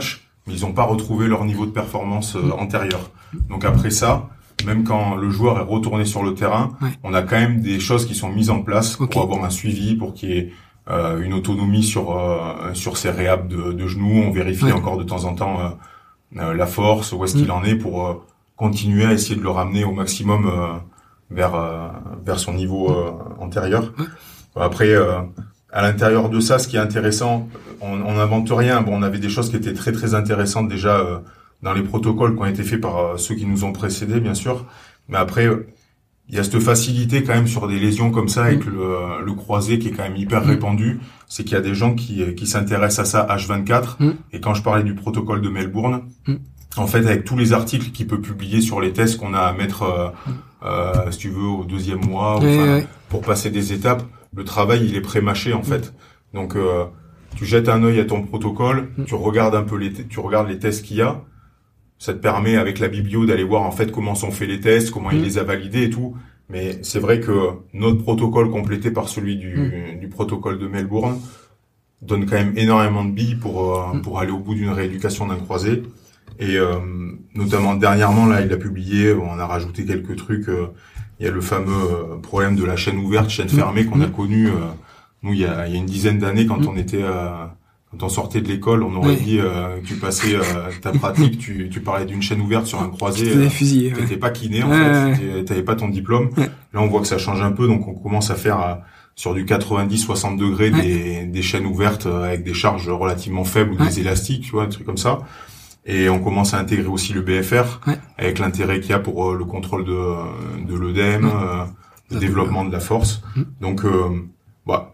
S3: mais ils n'ont pas retrouvé leur niveau de performance euh, antérieur. Donc après ça, même quand le joueur est retourné sur le terrain,
S1: ouais.
S3: on a quand même des choses qui sont mises en place
S1: okay.
S3: pour avoir un suivi, pour qu'il y ait euh, une autonomie sur euh, sur ses réhab de, de genoux. On vérifie ouais. encore de temps en temps euh, euh, la force, où est-ce mmh. qu'il en est, pour euh, continuer à essayer de le ramener au maximum euh, vers euh, vers son niveau euh, antérieur. Ouais. Après, euh, à l'intérieur de ça, ce qui est intéressant, on n'invente rien. Bon, on avait des choses qui étaient très très intéressantes déjà euh, dans les protocoles qui ont été faits par euh, ceux qui nous ont précédés, bien sûr. Mais après, il y a cette facilité quand même sur des lésions comme ça, avec mmh. le, le croisé qui est quand même hyper mmh. répandu. C'est qu'il y a des gens qui, qui s'intéressent à ça H vingt-quatre. Mmh. Et quand je parlais du protocole de Melbourne, mmh. en fait, avec tous les articles qu'il peut publier sur les tests qu'on a à mettre, euh, euh, si tu veux, au deuxième mois,
S1: ouais,
S3: enfin,
S1: ouais.
S3: pour passer des étapes, le travail, il est pré-mâché, en mmh. fait. Donc, euh, tu jettes un œil à ton protocole, mmh. tu regardes un peu les, t- tu regardes les tests qu'il y a. Ça te permet, avec la biblio, d'aller voir, en fait, comment sont faits les tests, comment mmh. il les a validés et tout. Mais c'est vrai que notre protocole, complété par celui du, mmh. du protocole de Melbourne, donne quand même énormément de billes pour, euh, mmh. pour aller au bout d'une rééducation d'un croisé. Et euh, notamment dernièrement, là, il a publié, on a rajouté quelques trucs. Euh, il y a le fameux euh, problème de la chaîne ouverte, chaîne fermée qu'on a connu, euh, nous, il y a, il y a une dizaine d'années, quand on était, euh, quand on sortait de l'école, on aurait oui. dit euh, que tu passais euh, ta pratique, tu, tu parlais d'une chaîne ouverte sur un croisé,
S1: euh, fusillé,
S3: t'étais
S1: ouais.
S3: pas kiné en
S1: ouais,
S3: fait, ouais. t'avais pas ton diplôme.
S1: Ouais.
S3: Là, on voit que ça change un peu, donc on commence à faire euh, sur du quatre-vingt-dix à soixante degrés ouais. des, des chaînes ouvertes euh, avec des charges relativement faibles ou ouais. des élastiques, tu vois, un truc comme ça. Et on commence à intégrer aussi le B F R, ouais. avec l'intérêt qu'il y a pour euh, le contrôle de, de l'œdème, ouais. euh, le développement de la force. Mmh. Donc, euh, bah,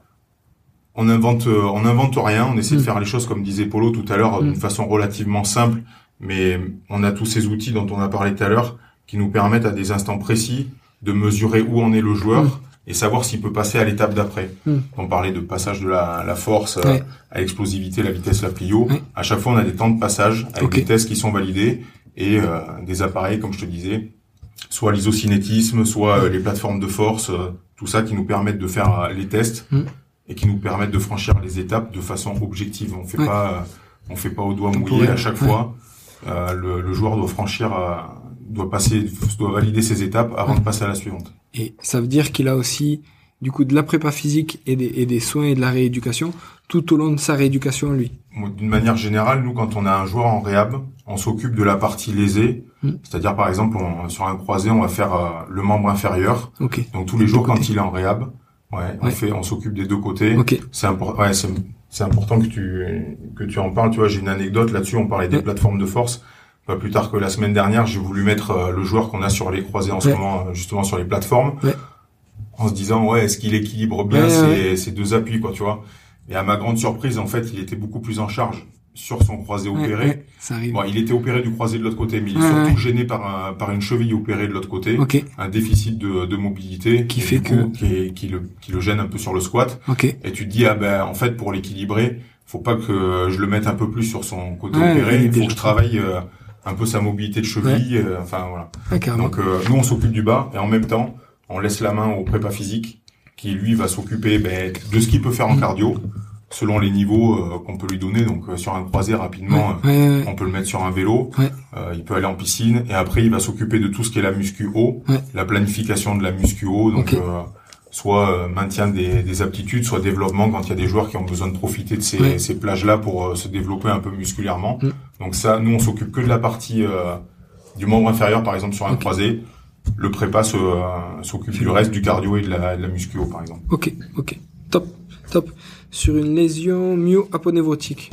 S3: on invente, euh, on invente rien. On essaie mmh. de faire les choses, comme disait Polo tout à l'heure, mmh. d'une façon relativement simple. Mais on a tous ces outils dont on a parlé tout à l'heure, qui nous permettent à des instants précis de mesurer où en est le joueur. Mmh. et savoir s'il peut passer à l'étape d'après. Mmh. On parlait de passage de la, la force ouais. euh, à l'explosivité, la vitesse, la plio. Ouais. À chaque fois, on a des temps de passage avec okay. des tests qui sont validés et euh, des appareils, comme je te disais, soit l'isocinétisme, soit euh, les plateformes de force, euh, tout ça qui nous permettent de faire euh, les tests mmh. et qui nous permettent de franchir les étapes de façon objective. On fait ouais. pas, euh, on fait pas au doigt mouillé à chaque ouais. fois. Euh, le, le joueur doit franchir, euh, doit passer, doit valider ses étapes avant ouais. de passer à la suivante.
S1: Et ça veut dire qu'il a aussi, du coup, de la prépa physique et des, et des soins et de la rééducation tout au long de sa rééducation, lui.
S3: D'une manière générale, nous, quand on a un joueur en réhab, on s'occupe de la partie lésée. Mmh. C'est-à-dire, par exemple, on, sur un croisé, on va faire euh, le membre inférieur. Okay. Donc, tous les jours, quand il est en réhab, ouais, on ouais. fait, on s'occupe des deux côtés. Okay. C'est important, ouais, c'est, c'est important que tu, que tu en parles. Tu vois, j'ai une anecdote là-dessus. On parlait des ouais. plateformes de force. Pas plus tard que la semaine dernière, j'ai voulu mettre euh, le joueur qu'on a sur les croisés en ouais. ce moment, euh, justement sur les plateformes, ouais. en se disant, ouais, est-ce qu'il équilibre bien ouais, ces, ouais. ces deux appuis, quoi, tu vois. Et à ma grande surprise, en fait, il était beaucoup plus en charge sur son croisé ouais, opéré.
S1: Ouais, ça arrive.
S3: Bon, il était opéré du croisé de l'autre côté, mais il est ouais, surtout ouais. gêné par un, par une cheville opérée de l'autre côté.
S1: Okay.
S3: Un déficit de, de mobilité.
S1: Qui fait
S3: coup,
S1: que...
S3: Qui, est, qui, le, qui le gêne un peu sur le squat.
S1: Okay.
S3: Et tu te dis, ah ben, en fait, pour l'équilibrer, faut pas que je le mette un peu plus sur son côté ouais, opéré. Il faut que je travaille, euh, un peu sa mobilité de cheville, ouais. euh, enfin voilà.
S1: Ouais,
S3: donc euh, nous on s'occupe du bas et en même temps on laisse la main au prépa physique qui lui va s'occuper ben, de ce qu'il peut faire en cardio selon les niveaux euh, qu'on peut lui donner. Donc euh, sur un croisé rapidement,
S1: ouais, ouais, ouais.
S3: on peut le mettre sur un vélo,
S1: ouais.
S3: euh, il peut aller en piscine et après il va s'occuper de tout ce qui est la muscu haut,
S1: ouais.
S3: la planification de la muscu haut, donc okay. euh, soit euh, maintien des, des aptitudes, soit développement quand il y a des joueurs qui ont besoin de profiter de ces, ouais. ces plages-là pour euh, se développer un peu musculairement. Mm. Donc ça, nous, on s'occupe que de la partie euh, du membre inférieur, par exemple, sur un okay. croisé. Le prépa se, euh, s'occupe du reste, du cardio et de la, de la muscu-haut, par exemple.
S1: Ok, ok. Top, top. Sur une lésion myo-aponévrotique.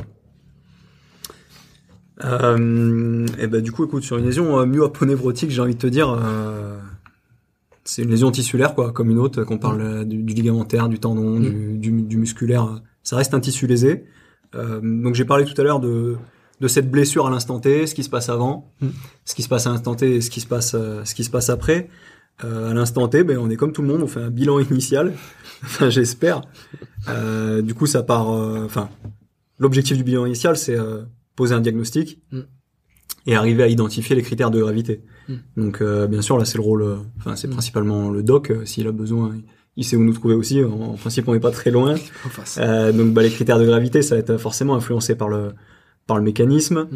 S2: Euh, et ben du coup, écoute, sur une lésion euh, myo-aponévrotique, j'ai envie de te dire... Euh... C'est une lésion tissulaire, quoi, comme une autre, qu'on parle mmh. du, du ligamentaire, du tendon, mmh. du, du, du musculaire. Ça reste un tissu lésé. Euh, donc j'ai parlé tout à l'heure de, de cette blessure à l'instant T, ce qui se passe avant, mmh. ce qui se passe à l'instant T et ce qui se passe, euh, ce qui se passe après. Euh, à l'instant T, ben on est comme tout le monde, on fait un bilan initial. Enfin, j'espère. Euh, du coup, ça part. Enfin, euh, l'objectif du bilan initial, c'est euh, poser un diagnostic. Mmh. Et arriver à identifier les critères de gravité. Mmh. Donc, euh, bien sûr, là, c'est le rôle, enfin, euh, c'est mmh. principalement le doc. Euh, s'il a besoin, il sait où nous trouver aussi. En, en principe, on n'est pas très loin. Euh, donc, bah, les critères de gravité, ça va être forcément influencé par le, par le mécanisme. Mmh.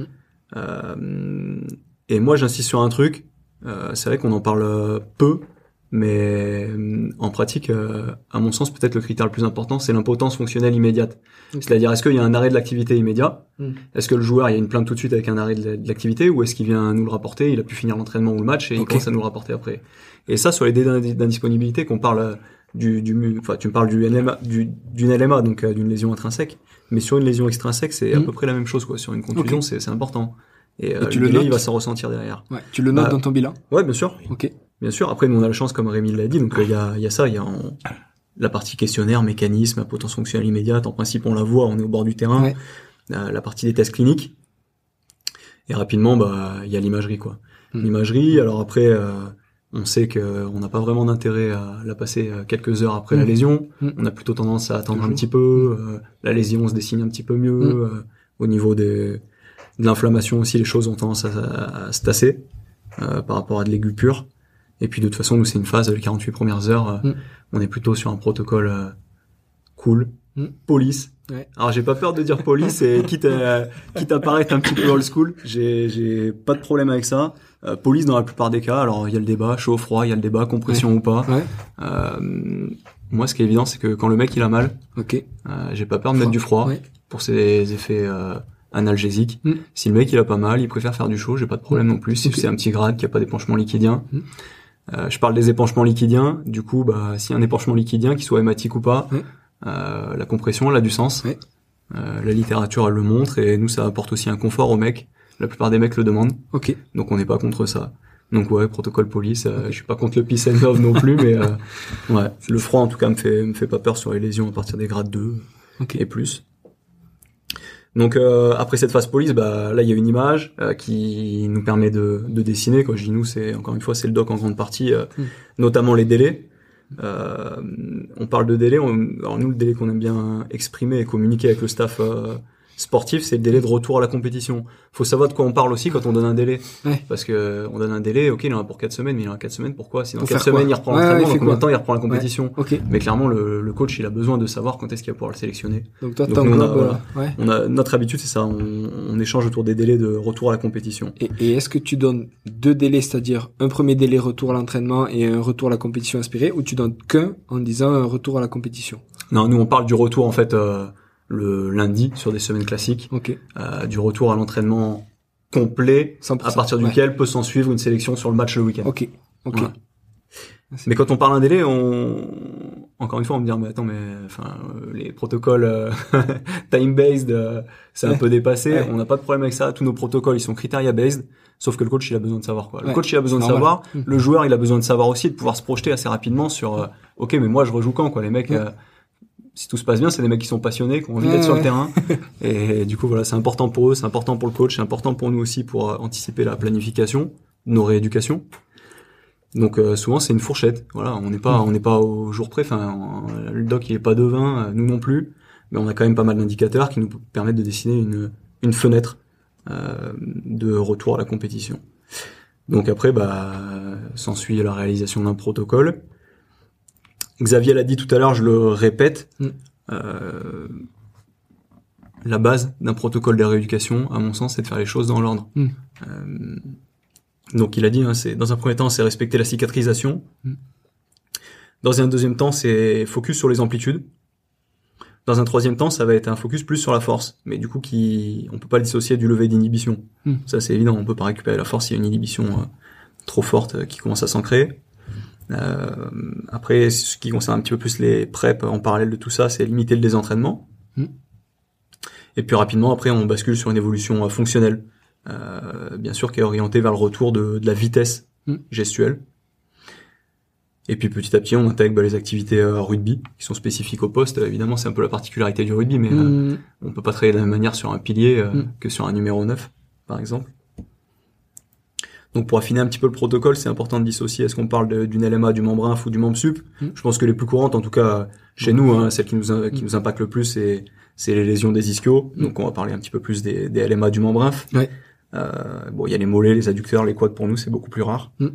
S2: Euh, et moi, j'insiste sur un truc. Euh, c'est vrai qu'on en parle peu, mais en pratique, euh, à mon sens, peut-être le critère le plus important, c'est l'impotence fonctionnelle immédiate. Okay. C'est-à-dire, est-ce qu'il y a un arrêt de l'activité immédiat? mm. Est-ce que le joueur, il y a une plainte tout de suite avec un arrêt de l'activité, ou est-ce qu'il vient nous le rapporter, il a pu finir l'entraînement ou le match, et okay. il commence à nous le rapporter après? Et ça, sur les délais d'indisponibilité, qu'on parle du, du, enfin, tu me parles du N L M A, du, d'une L M A, donc euh, d'une lésion intrinsèque, mais sur une lésion extrinsèque, c'est mm. à peu près la même chose, quoi. Sur une contusion, okay. c'est, c'est important. Et, euh, et tu le, le délai, il va s'en ressentir derrière.
S5: Ouais. Tu le notes bah, dans ton bilan?
S2: Ouais, bien sûr.
S5: Ok.
S2: Bien sûr. Après, nous, on a la chance, comme Rémi l'a dit, donc il euh, y a, il y a ça, il y a en, la partie questionnaire, mécanisme, impotence fonctionnelle immédiate. En principe, on la voit, on est au bord du terrain. Ouais. Euh, la partie des tests cliniques. Et rapidement, bah, il y a l'imagerie, quoi. Mm. L'imagerie. Alors après, euh, on sait que on n'a pas vraiment d'intérêt à la passer quelques heures après mm. la lésion. Mm. On a plutôt tendance à attendre Toujours. un petit peu. Euh, la lésion se dessine un petit peu mieux. Mm. Euh, au niveau des de l'inflammation aussi, les choses ont tendance à, à, à se tasser euh, par rapport à de l'aigu pur. Et puis de toute façon, nous, c'est une phase, les quarante-huit premières heures, euh, mm. on est plutôt sur un protocole euh, cool, mm. police. Ouais. Alors, j'ai pas peur de dire police, et quitte à, quitte à paraître un petit peu old school, j'ai, j'ai pas de problème avec ça. Euh, police dans la plupart des cas, alors il y a le débat, chaud, froid, il y a le débat, compression ouais. ou pas. Ouais. Euh, moi, ce qui est évident, c'est que quand le mec, il a mal, okay. euh, j'ai pas peur de mettre du froid ouais. pour ses effets... Euh, analgésique. Mm. Si le mec il a pas mal, il préfère faire du chaud, j'ai pas de problème mm. non plus. Si okay. c'est un petit grade qui a pas d'épanchement liquidien. Mm. Euh, je parle des épanchements liquidiens. Du coup, bah s'il y a un épanchement liquidien, qu'il soit hématique ou pas, mm. euh, la compression elle a du sens. Mm. Euh, la littérature elle le montre, et nous ça apporte aussi un confort aux mecs. La plupart des mecs le demandent. Okay. Donc on n'est pas contre ça. Donc ouais, protocole police. Euh, okay. Je suis pas contre le peace and love non plus, mais euh, ouais, le froid en tout cas me fait me fait pas peur sur les lésions à partir des grades deux okay. et plus. Donc euh, après cette phase police, bah là il y a une image euh, qui nous permet de, de dessiner. Quand je dis nous, c'est encore une fois c'est le doc en grande partie, euh, mmh. notamment les délais. Euh, on parle de délai. On, alors nous le délai qu'on aime bien exprimer et communiquer avec le staff euh, sportif, c'est le délai de retour à la compétition. Faut savoir de quoi on parle aussi quand on donne un délai, ouais. parce que on donne un délai. Ok, il en a pour quatre semaines, mais il en a quatre semaines. Pourquoi? Si dans pour quatre semaines il reprend ouais, l'entraînement, ouais, dans combien de temps il reprend la compétition? Ouais. Okay. Mais clairement le, le coach il a besoin de savoir quand est-ce qu'il va pouvoir le sélectionner. Donc toi, Donc, nous, on, a, voilà, ouais. on a notre habitude, c'est ça. On, on échange autour des délais de retour à la compétition.
S5: Et, et est-ce que tu donnes deux délais, c'est-à-dire un premier délai retour à l'entraînement et un retour à la compétition inspiré, ou tu donnes qu'un en disant un retour à la compétition?
S2: Non, nous on parle du retour en fait. Euh, le lundi sur des semaines classiques, okay. euh, du retour à l'entraînement complet, cent pour cent, à partir duquel ouais. peut s'en suivre une sélection sur le match le week-end.
S5: Ok, ok.
S2: Voilà. Mais quand on parle d'un délai, on encore une fois on me dit mais attends mais enfin euh, les protocoles euh, time-based euh, c'est ouais. un peu dépassé. Ouais. On n'a pas de problème avec ça. Tous nos protocoles ils sont criteria-based, sauf que le coach il a besoin de savoir quoi. Le ouais. coach il a besoin de savoir. Mmh. Le joueur il a besoin de savoir aussi, de pouvoir se projeter assez rapidement sur euh, ok mais moi je rejoue quand quoi les mecs. Ouais. Euh, Si tout se passe bien, c'est des mecs qui sont passionnés, qui ont envie ouais, d'être ouais. sur le terrain. Et, et du coup, voilà, c'est important pour eux, c'est important pour le coach, c'est important pour nous aussi pour euh, anticiper la planification, nos rééducations. Donc euh, souvent, c'est une fourchette. Voilà, on n'est pas, on n'est pas au jour près. Enfin, le doc il est pas devin, nous non plus, mais on a quand même pas mal d'indicateurs qui nous permettent de dessiner une une fenêtre euh, de retour à la compétition. Donc après, bah, s'ensuit la réalisation d'un protocole. Xavier l'a dit tout à l'heure, je le répète, mm. euh, la base d'un protocole de rééducation, à mon sens, c'est de faire les choses dans l'ordre. Mm. Euh, donc il a dit, hein, c'est dans un premier temps, c'est respecter la cicatrisation. Mm. Dans un deuxième temps, c'est focus sur les amplitudes. Dans un troisième temps, ça va être un focus plus sur la force, mais du coup, qui, on peut pas le dissocier du lever d'inhibition. Mm. Ça, c'est évident, on peut pas récupérer la force s'il y a une inhibition euh, trop forte euh, qui commence à s'ancrer. Euh, après, ce qui concerne un petit peu plus les preps en parallèle de tout ça, c'est limiter le désentraînement. Mmh. Et puis rapidement, après, on bascule sur une évolution fonctionnelle, euh, bien sûr, qui est orientée vers le retour de, de la vitesse mmh. gestuelle. Et puis petit à petit, on intègre bah, les activités euh, rugby qui sont spécifiques au poste. Évidemment, c'est un peu la particularité du rugby, mais mmh. euh, on peut pas travailler de la même manière sur un pilier euh, mmh. que sur un numéro neuf, par exemple. Donc pour affiner un petit peu le protocole, c'est important de dissocier est-ce qu'on parle de, d'une L M A, du membre inf ou du membre sup. Mmh. Je pense que les plus courantes, en tout cas chez mmh. nous, hein, celles qui nous qui mmh. nous impactent le plus, c'est c'est les lésions des ischios. Mmh. Donc on va parler un petit peu plus des, des L M A du membre inf. Ouais. Euh, bon, il y a les mollets, les adducteurs, les quads pour nous, c'est beaucoup plus rare. Mmh.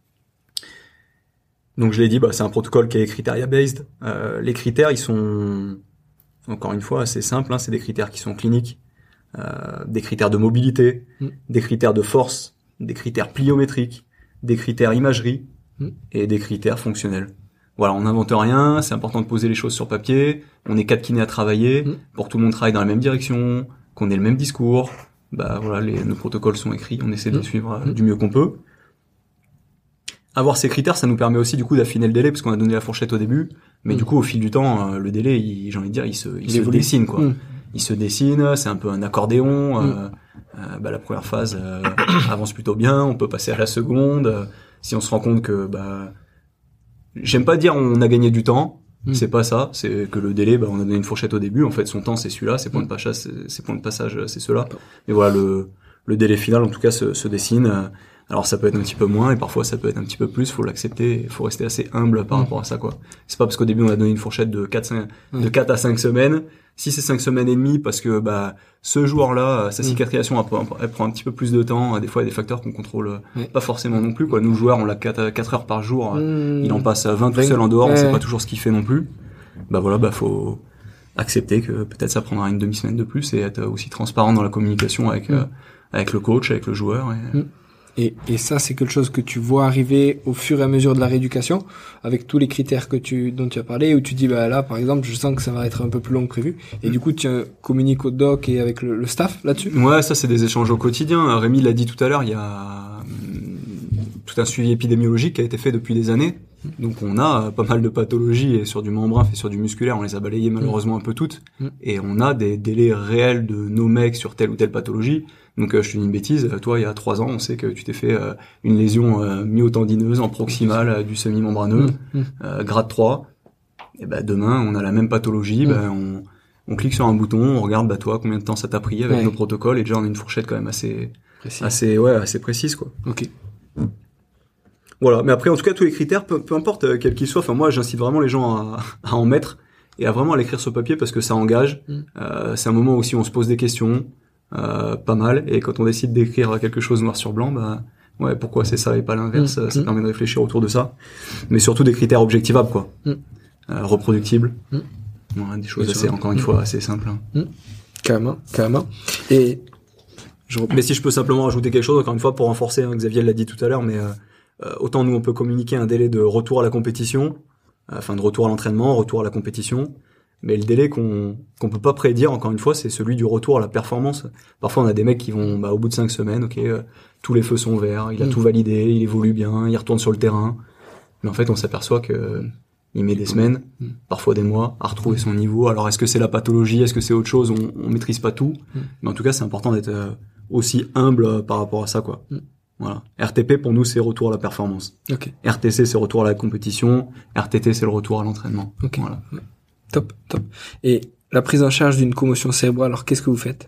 S2: Donc je l'ai dit, bah c'est un protocole qui est criteria based. Euh, les critères, ils sont encore une fois assez simples. Hein, c'est des critères qui sont cliniques. euh, des critères de mobilité,
S1: mmh.
S2: des critères de force, des critères pliométriques, des critères imagerie mmh. et des critères fonctionnels. Voilà, on n'invente rien, c'est important de poser les choses sur papier, on est quatre kinés à travailler, mmh. pour que tout le monde travaille dans la même direction, qu'on ait le même discours, bah voilà, les, nos protocoles sont écrits, on essaie de les suivre euh, du mieux qu'on peut. Avoir ces critères, ça nous permet aussi du coup d'affiner le délai, parce qu'on a donné la fourchette au début, mais mmh. du coup au fil du temps, euh, le délai, il, j'ai envie de dire, il se, il, il se dessine quoi. Mmh. Il se dessine, c'est un peu un accordéon. Mmh. Euh, euh, bah, la première phase euh, avance plutôt bien, on peut passer à la seconde. Euh, si on se rend compte que, bah, j'aime pas dire on a gagné du temps, mmh. c'est pas ça. C'est que le délai, bah, on a donné une fourchette au début. En fait, son temps c'est celui-là, ses points de passage, c'est, ses points de passage c'est ceux-là. Mais voilà, le, le délai final en tout cas se, se dessine. Alors ça peut être un petit peu moins et parfois ça peut être un petit peu plus, faut l'accepter, faut rester assez humble par mmh. rapport à ça quoi. C'est pas parce qu'au début on a donné une fourchette de quatre, cinq, mmh. de quatre à cinq semaines, si c'est cinq semaines et demie parce que bah ce joueur-là, sa cicatrisation elle prend, elle prend un petit peu plus de temps, des fois il y a des facteurs qu'on contrôle mmh. pas forcément non plus quoi. Nous joueurs, on l'a quatre heures par jour, mmh. il en passe vingt tout seul en dehors, ouais. on sait pas toujours ce qu'il fait non plus. Bah voilà, bah faut accepter que peut-être ça prendra une demi-semaine de plus et être aussi transparent dans la communication avec mmh. euh, avec le coach, avec le joueur et mmh.
S1: Et, et ça, c'est quelque chose que tu vois arriver au fur et à mesure de la rééducation, avec tous les critères que tu, dont tu as parlé, où tu dis, bah là, par exemple, je sens que ça va être un peu plus long que prévu. Et du coup, tu communiques au doc et avec le, le staff là-dessus?
S2: Ouais, ça, c'est des échanges au quotidien. Rémi l'a dit tout à l'heure, il y a tout un suivi épidémiologique qui a été fait depuis des années. Donc, on a pas mal de pathologies et sur du membrin et sur du musculaire, on les a balayées malheureusement un peu toutes. Et on a des délais réels de nos mecs sur telle ou telle pathologie. Donc euh, je te dis une bêtise, toi il y a trois ans on sait que tu t'es fait euh, une lésion euh, myotendineuse en proximale euh, du semi-membraneux, mmh, mmh. Euh, grade trois, et ben demain on a la même pathologie, mmh. ben on, on clique sur un bouton, on regarde bah toi combien de temps ça t'a pris avec ouais. nos protocoles et déjà on a une fourchette quand même assez Précis. assez ouais assez précise quoi.
S1: Ok.
S2: Voilà, mais après en tout cas tous les critères, peu, peu importe euh, quels qu'ils soient, enfin moi j'incite vraiment les gens à, à en mettre et à vraiment l'écrire sur papier parce que ça engage. Mmh. Euh, c'est un moment aussi où on se pose des questions. Euh, pas mal, et quand on décide d'écrire quelque chose noir sur blanc, bah ouais, pourquoi c'est ça et pas l'inverse, mmh, ça mmh. permet de réfléchir autour de ça, mais surtout des critères objectivables quoi, mmh. euh, reproductibles, mmh. ouais, des choses assez, encore une fois assez simples. Hein.
S1: Mmh. Carrément, carrément. Et
S2: je mais si je peux simplement rajouter quelque chose, encore une fois pour renforcer, hein, Xavier l'a dit tout à l'heure, mais euh, euh, autant nous on peut communiquer un délai de retour à la compétition, enfin de retour à l'entraînement, retour à la compétition. Mais le délai qu'on qu'on peut pas prédire, encore une fois, c'est celui du retour à la performance. Parfois, on a des mecs qui vont, bah, au bout de cinq semaines, ok, euh, tous les feux sont verts, il a mmh. tout validé, il évolue bien, il retourne sur le terrain. Mais en fait, on s'aperçoit que euh, il met des semaines, mmh. parfois des mois, à retrouver son niveau. Alors, est-ce que c'est la pathologie, est-ce que c'est autre chose? On, on maîtrise pas tout. Mmh. Mais en tout cas, c'est important d'être euh, aussi humble euh, par rapport à ça, quoi. Mmh. Voilà. R T P, pour nous, c'est retour à la performance.
S1: Okay.
S2: R T C, c'est retour à la compétition. R T T, c'est le retour à l'entraînement.
S1: Okay.
S2: Voilà.
S1: Top, top. Et la prise en charge d'une commotion cérébrale, alors qu'est-ce que vous faites?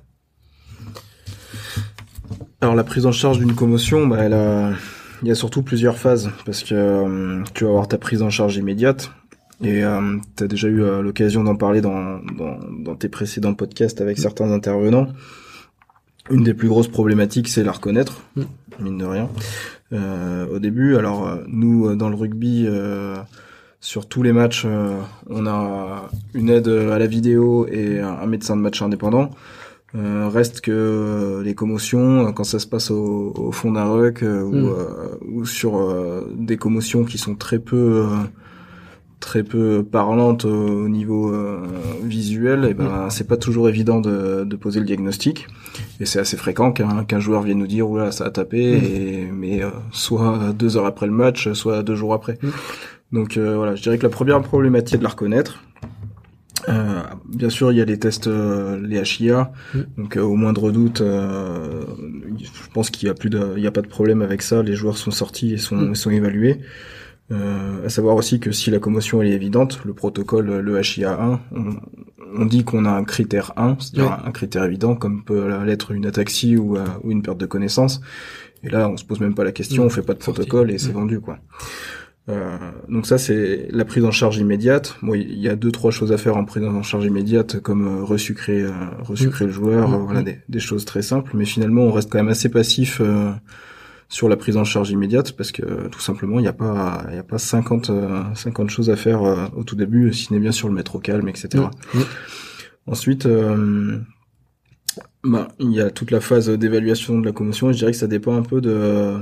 S5: Alors la prise en charge d'une commotion, bah, elle a... il y a surtout plusieurs phases, parce que euh, tu vas avoir ta prise en charge immédiate, et euh, tu as déjà eu euh, l'occasion d'en parler dans, dans, dans tes précédents podcasts avec certains intervenants. Une des plus grosses problématiques, c'est la reconnaître, mmh. mine de rien. Euh, au début, alors euh, nous, dans le rugby... Euh, Sur tous les matchs, euh, on a une aide à la vidéo et un médecin de match indépendant. Euh, reste que euh, les commotions, quand ça se passe au, au fond d'un ruck euh, mmh. ou, euh, ou sur euh, des commotions qui sont très peu, euh, très peu parlantes au niveau euh, visuel, et ben mmh. c'est pas toujours évident de, de poser le diagnostic. Et c'est assez fréquent qu'un, qu'un joueur vienne nous dire oula ça a tapé, mmh. et, mais euh, soit deux heures après le match, soit deux jours après. Mmh. Donc euh, voilà, je dirais que la première problématique c'est de la reconnaître. Euh, bien sûr, il y a les tests, euh, les H I A. Mmh. Donc euh, au moindre doute, euh, je pense qu'il y a plus de, il y a pas de problème avec ça. Les joueurs sont sortis et sont, mmh. sont évalués. Euh, à savoir aussi que si la commotion elle est évidente, le protocole, le H I A un, on, on dit qu'on a un critère un, c'est-à-dire ouais. un, un critère évident, comme peut l'être une ataxie ou, euh, ou une perte de connaissance. Et là, on se pose même pas la question, mmh. on fait pas de protocole et c'est mmh. vendu quoi. Euh, donc ça c'est la prise en charge immédiate. Bon, il y a deux trois choses à faire en prise en charge immédiate, comme euh, resucrer, euh, resucrer mmh. le joueur, mmh. euh, voilà des, des choses très simples. Mais finalement, on reste quand même assez passif euh, sur la prise en charge immédiate parce que euh, tout simplement, il y a pas, il y a pas cinquante choses à faire euh, au tout début, si ce n'est bien sûr le mettre au calme, et cetera. Mmh. Ensuite, euh, Bah, il y a toute la phase d'évaluation de la commotion et je dirais que ça dépend un peu de,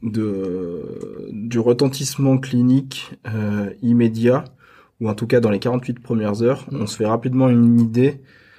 S5: de du retentissement clinique euh, immédiat, ou en tout cas dans les quarante-huit premières heures, on se fait rapidement une idée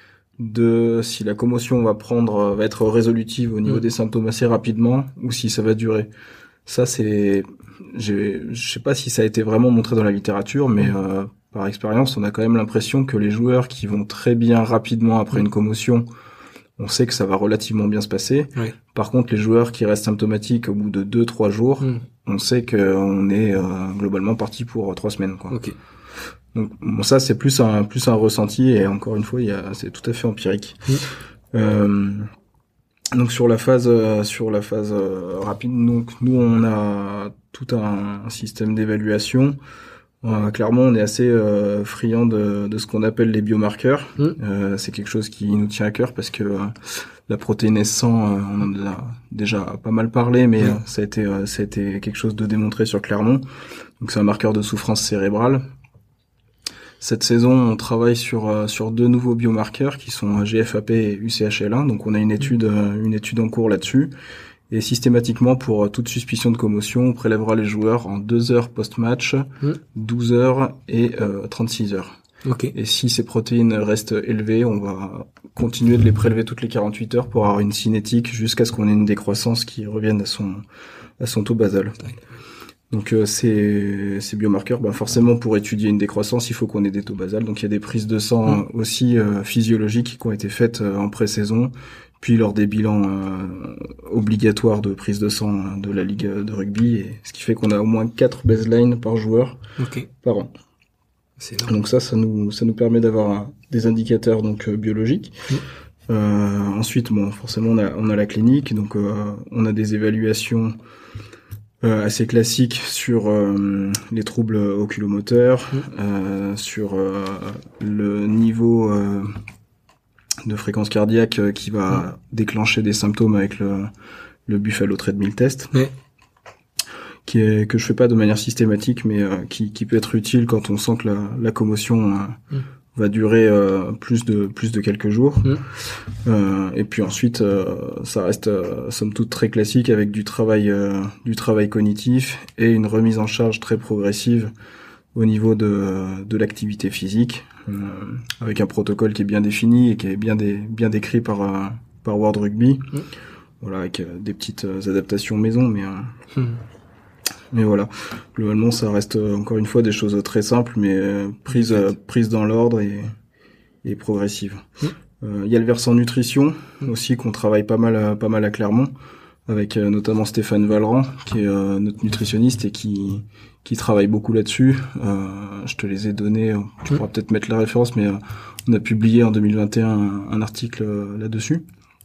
S5: de si la commotion va prendre va être résolutive au niveau mmh. des symptômes assez rapidement ou si ça va durer. Ça c'est j'ai, je sais pas si ça a été vraiment montré dans la littérature, mais mmh. euh, par expérience, on a quand même l'impression que les joueurs qui vont très bien rapidement après mmh. une commotion, on sait que ça va relativement bien se passer. Oui. Par contre, les joueurs qui restent symptomatiques au bout de deux, trois jours, mmh. on sait qu'on est euh, globalement parti pour trois semaines, quoi. Okay. Donc bon, ça c'est plus un plus un ressenti et encore une fois, il y a c'est tout à fait empirique. Mmh. Euh, donc sur la phase euh, sur la phase euh, rapide, donc nous on a tout un, un système d'évaluation. Euh, clairement, on est assez euh, friand de, de ce qu'on appelle les biomarqueurs. Mmh. Euh, c'est quelque chose qui nous tient à cœur parce que euh, la protéine S cent, euh, on en a déjà pas mal parlé, mais mmh. euh, ça a été euh, ça a été quelque chose de démontré sur Clermont. Donc c'est un marqueur de souffrance cérébrale. Cette saison, on travaille sur euh, sur deux nouveaux biomarqueurs qui sont G F A P et U C H L un. Donc on a une étude euh, une étude en cours là-dessus. Et systématiquement, pour toute suspicion de commotion, on prélèvera les joueurs en deux heures post-match, mmh. douze heures et euh, trente-six heures. Okay. Et si ces protéines restent élevées, on va continuer de les prélever toutes les quarante-huit heures pour avoir une cinétique jusqu'à ce qu'on ait une décroissance qui revienne à son à son taux basal. Donc euh, ces, ces biomarqueurs, ben forcément pour étudier une décroissance, il faut qu'on ait des taux basal. Donc il y a des prises de sang mmh. aussi euh, physiologiques qui ont été faites euh, en pré-saison, puis lors des bilans euh, obligatoires de prise de sang de la Ligue de rugby, et ce qui fait qu'on a au moins quatre baselines par joueur okay. par an. C'est donc ça, ça nous ça nous permet d'avoir un, des indicateurs donc euh, biologiques. Mmh. Euh, ensuite, bon, forcément on a on a la clinique, donc euh, on a des évaluations Euh, assez classique sur euh, les troubles oculomoteurs, mmh. euh, sur euh, le niveau euh, de fréquence cardiaque euh, qui va mmh. déclencher des symptômes avec le, le Buffalo Treadmill Test, mmh. qui est que je fais pas de manière systématique, mais euh, qui, qui peut être utile quand on sent que la, la commotion euh, mmh. va durer euh, plus de plus de quelques jours. Mmh. Euh, et puis ensuite, euh, ça reste euh, somme toute très classique avec du travail euh, du travail cognitif et une remise en charge très progressive au niveau de de l'activité physique, euh, avec un protocole qui est bien défini et qui est bien dé, bien décrit par euh, par World Rugby. Mmh. Voilà, avec euh, des petites euh, adaptations maison, mais euh, mmh. Mais voilà, globalement, ça reste euh, encore une fois des choses très simples, mais euh, prises euh, prises dans l'ordre et, et progressives. Il mmh. euh, y a le versant nutrition mmh. aussi qu'on travaille pas mal, à, pas mal à Clermont, avec euh, notamment Stéphane Valran, qui est euh, notre nutritionniste et qui qui travaille beaucoup là-dessus. Euh, je te les ai donnés, tu mmh. pourras peut-être mettre la référence, mais euh, on a publié en deux mille vingt et un un, un article euh, là-dessus.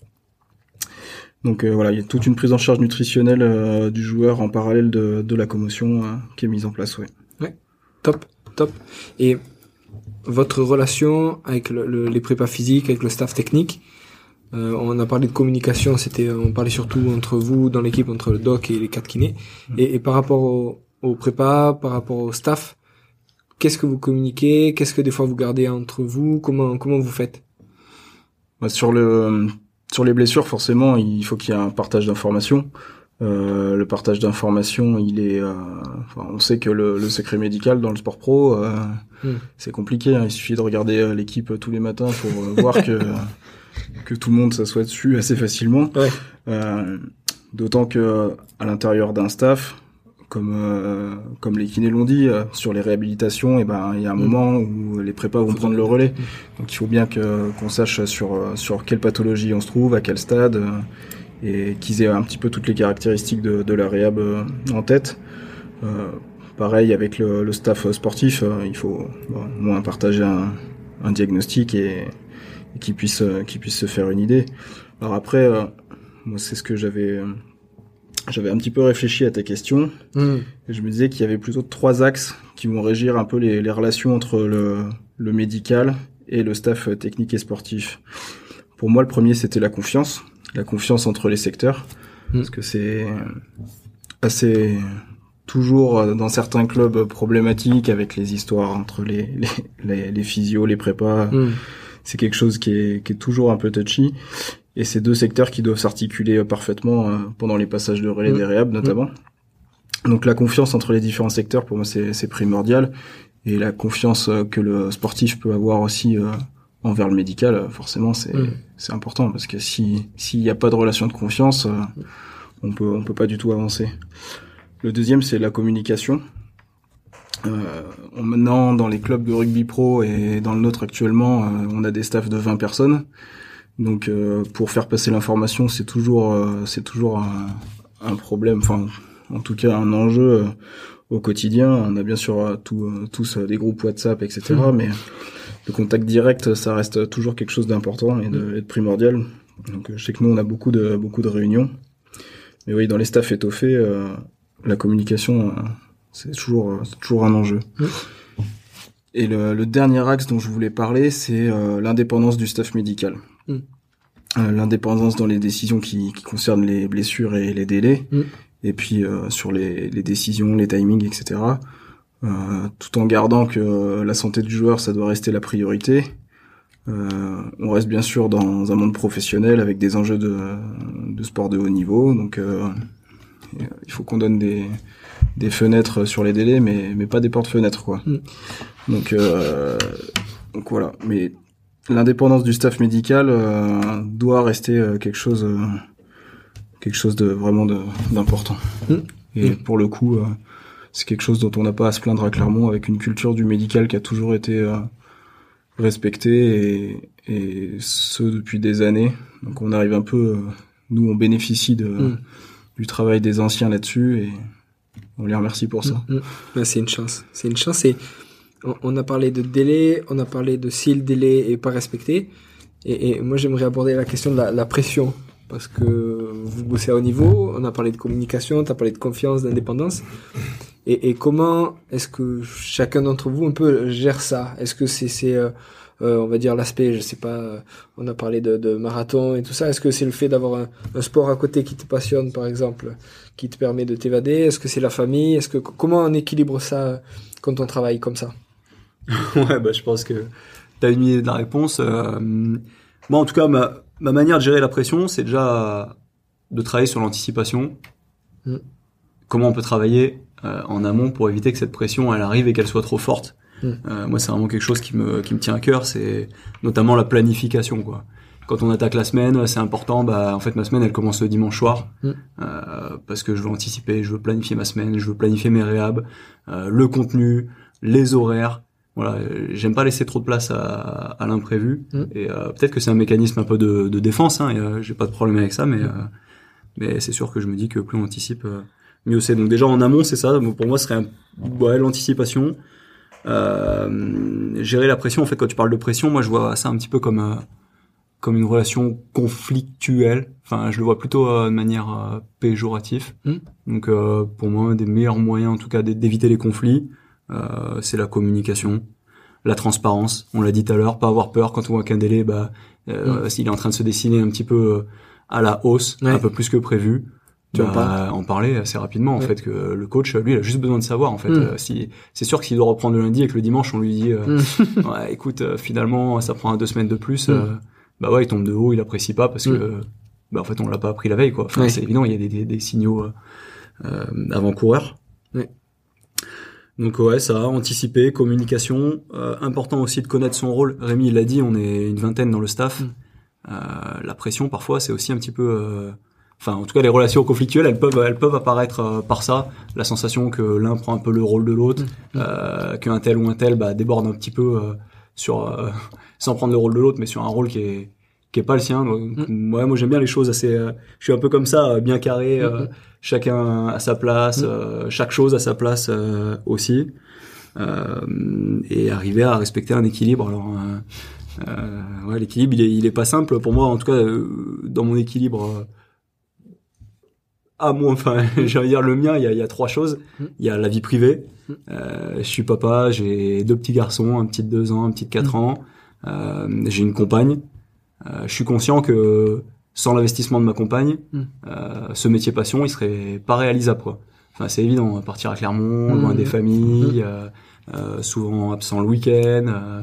S5: Donc euh, voilà, il y a toute une prise en charge nutritionnelle euh, du joueur en parallèle de, de la commotion euh, qui est mise en place, ouais.
S1: Ouais, top, top. Et votre relation avec le, le, les prépas physiques, avec le staff technique, euh, on a parlé de communication, c'était, on parlait surtout entre vous, dans l'équipe, entre le doc et les quatre kinés. Mmh. Et, et par rapport au, au prépa, par rapport au staff, qu'est-ce que vous communiquez? Qu'est-ce que des fois vous gardez entre vous? Comment, comment vous faites?
S5: Bah, sur le... Sur les blessures, forcément, il faut qu'il y ait un partage d'informations. Euh, le partage d'informations, il est, euh, enfin, on sait que le, le secret médical dans le sport pro, euh, mmh. c'est compliqué. Hein. Il suffit de regarder euh, l'équipe tous les matins pour euh, voir que que tout le monde s'assoit dessus assez facilement. Ouais. Euh, d'autant que à l'intérieur d'un staff, comme euh, comme les kinés l'ont dit, euh, sur les réhabilitations, et ben il y a un mmh. moment où les prépas vont prendre le relais. Donc il faut bien que qu'on sache sur sur quelle pathologie on se trouve, à quel stade, euh, et qu'ils aient un petit peu toutes les caractéristiques de, de la réhab euh, en tête. Euh, pareil avec le, le staff sportif, euh, il faut bon, au moins partager un, un diagnostic et, et qu'ils puissent qu'ils puissent se faire une idée. Alors après, euh, moi c'est ce que j'avais euh, J'avais un petit peu réfléchi à ta question, mmh. et je me disais qu'il y avait plutôt trois axes qui vont régir un peu les, les relations entre le, le médical et le staff technique et sportif. Pour moi, le premier, c'était la confiance, la confiance entre les secteurs, mmh. parce que c'est assez toujours dans certains clubs problématique avec les histoires entre les les, les, les physios, les prépas. Mmh. C'est quelque chose qui est, qui est toujours un peu touchy. et c'est deux secteurs qui doivent s'articuler parfaitement euh, pendant les passages de relais mmh. des réhab notamment. Mmh. Donc la confiance entre les différents secteurs, pour moi, c'est, c'est primordial, et la confiance que le sportif peut avoir aussi euh, envers le médical, forcément, c'est mmh. c'est important, parce que si s'il n'y a pas de relation de confiance, euh, on peut on peut pas du tout avancer. Le deuxième, c'est la communication. Euh, on, maintenant, dans les clubs de rugby pro et dans le nôtre actuellement, euh, on a des staffs de vingt personnes. Donc, euh, pour faire passer l'information, c'est toujours, euh, c'est toujours un, un problème. Enfin, en tout cas, un enjeu euh, au quotidien. On a bien sûr euh, tout, euh, tous euh, des groupes WhatsApp, et cetera. Mmh. Mais le contact direct, ça reste toujours quelque chose d'important et de, et de primordial. Donc, je sais que nous, on a beaucoup de beaucoup de réunions. Mais oui, dans les staffs étoffés, euh, la communication, euh, c'est toujours, c'est toujours un enjeu. Mmh. Et le, le dernier axe dont je voulais parler, c'est euh, l'indépendance du staff médical. Mmh. Euh, l'indépendance dans les décisions qui, qui concernent les blessures et les délais, mmh. et puis euh, sur les, les décisions, les timings, et cetera. Euh, tout en gardant que la santé du joueur, ça doit rester la priorité. Euh, on reste bien sûr dans un monde professionnel avec des enjeux de, de sport de haut niveau, donc euh, il faut qu'on donne des, des fenêtres sur les délais, mais, mais pas des porte-fenêtres, quoi. Mm. Donc, euh, donc voilà. Mais l'indépendance du staff médical euh, doit rester euh, quelque chose, euh, quelque chose de vraiment de, d'important. Mm. Et mm. pour le coup, euh, c'est quelque chose dont on n'a pas à se plaindre à Clermont, avec une culture du médical qui a toujours été euh, respectée, et, et ce depuis des années. Donc on arrive un peu, euh, nous on bénéficie de mm. du travail des anciens là-dessus, et on les remercie pour ça.
S6: Mmh, mmh. C'est une chance. C'est une chance. Et on, on a parlé de délai, on a parlé de si le délai est pas respecté. Et, et moi, j'aimerais aborder la question de la, la pression, parce que vous bossez à haut niveau. On a parlé de communication, tu as parlé de confiance, d'indépendance. Et, et comment est-ce que chacun d'entre vous un peu gère ça? Est-ce que c'est, c'est euh, euh, on va dire l'aspect, je sais pas, euh, on a parlé de, de marathon et tout ça. Est-ce que c'est le fait d'avoir un, un sport à côté qui te passionne, par exemple, qui te permet de t'évader? Est-ce que c'est la famille? Est-ce que comment on équilibre ça quand on travaille comme ça?
S2: Ouais, bah je pense que t'as une idée de la réponse. Euh, moi, en tout cas, ma ma manière de gérer la pression, c'est déjà de travailler sur l'anticipation. Mm. Comment on peut travailler euh, en amont pour éviter que cette pression elle arrive et qu'elle soit trop forte. Mm. Euh, moi, c'est vraiment quelque chose qui me qui me tient à cœur, c'est notamment la planification, quoi. Quand on attaque la semaine, c'est important. Bah, en fait, ma semaine, elle commence le dimanche soir, mm. euh, parce que je veux anticiper, je veux planifier ma semaine, je veux planifier mes réhabs, euh, le contenu, les horaires. Voilà, j'aime pas laisser trop de place à, à l'imprévu. Mm. Et euh, peut-être que c'est un mécanisme un peu de, de défense. Hein, et, euh, j'ai pas de problème avec ça, mais mm. euh, mais c'est sûr que je me dis que plus on anticipe, euh, mieux c'est. Donc déjà en amont, c'est ça. Pour moi, ce serait un, ouais, l'anticipation. Euh, gérer la pression. En fait, quand tu parles de pression, moi, je vois ça un petit peu comme euh, comme une relation conflictuelle. Enfin, je le vois plutôt euh, de manière euh, péjorative. Mm. Donc, euh, pour moi, un des meilleurs moyens, en tout cas, d'éviter les conflits, euh, c'est la communication, la transparence. On l'a dit tout à l'heure, pas avoir peur quand on voit qu'un délai, bah, euh, mm. s'il est en train de se dessiner un petit peu euh, à la hausse, ouais. un peu plus que prévu. Tu vas bah, en parler assez rapidement, en ouais. fait, que le coach, lui, il a juste besoin de savoir, en fait. Mm. Euh, si, c'est sûr que s'il doit reprendre le lundi et que le dimanche, on lui dit, euh, mm. ouais, écoute, euh, finalement, ça prend deux semaines de plus, mm. euh, bah ouais, il tombe de haut, il apprécie pas parce mm. que, bah, en fait, on l'a pas appris la veille, quoi. Enfin, ouais. c'est évident, il y a des, des, des signaux, euh, euh, avant-coureurs. Ouais. Donc, ouais, ça, anticiper, communication, euh, important aussi de connaître son rôle. Rémi, il l'a dit, on est une vingtaine dans le staff. Mm. Euh, la pression, parfois, c'est aussi un petit peu, euh, enfin, en tout cas, les relations conflictuelles, elles peuvent, elles peuvent apparaître euh, par ça. La sensation que l'un prend un peu le rôle de l'autre, mmh. euh, qu'un tel ou un tel bah, déborde un petit peu euh, sur, euh, sans prendre le rôle de l'autre, mais sur un rôle qui est qui est pas le sien. Donc, mmh. ouais, moi, j'aime bien les choses assez. Euh, je suis un peu comme ça, bien carré. Euh, mmh. Chacun à sa place, mmh. euh, chaque chose à sa place euh, aussi, euh, et arriver à respecter un équilibre. Alors, euh, euh, ouais, l'équilibre, il est, il est pas simple pour moi. En tout cas, euh, dans mon équilibre. Euh, Ah moi, enfin, j'ai envie de dire le mien. Il y a, il y a trois choses. Il y a la vie privée. Euh, je suis papa, j'ai deux petits garçons, un petit de deux ans, un petit de quatre ans. Euh, j'ai une compagne. Euh, je suis conscient que sans l'investissement de ma compagne, euh, ce métier passion, il serait pas réalisable, quoi. Enfin, c'est évident. Partir à Clermont, loin des familles, euh, euh, souvent absent le week-end. Euh,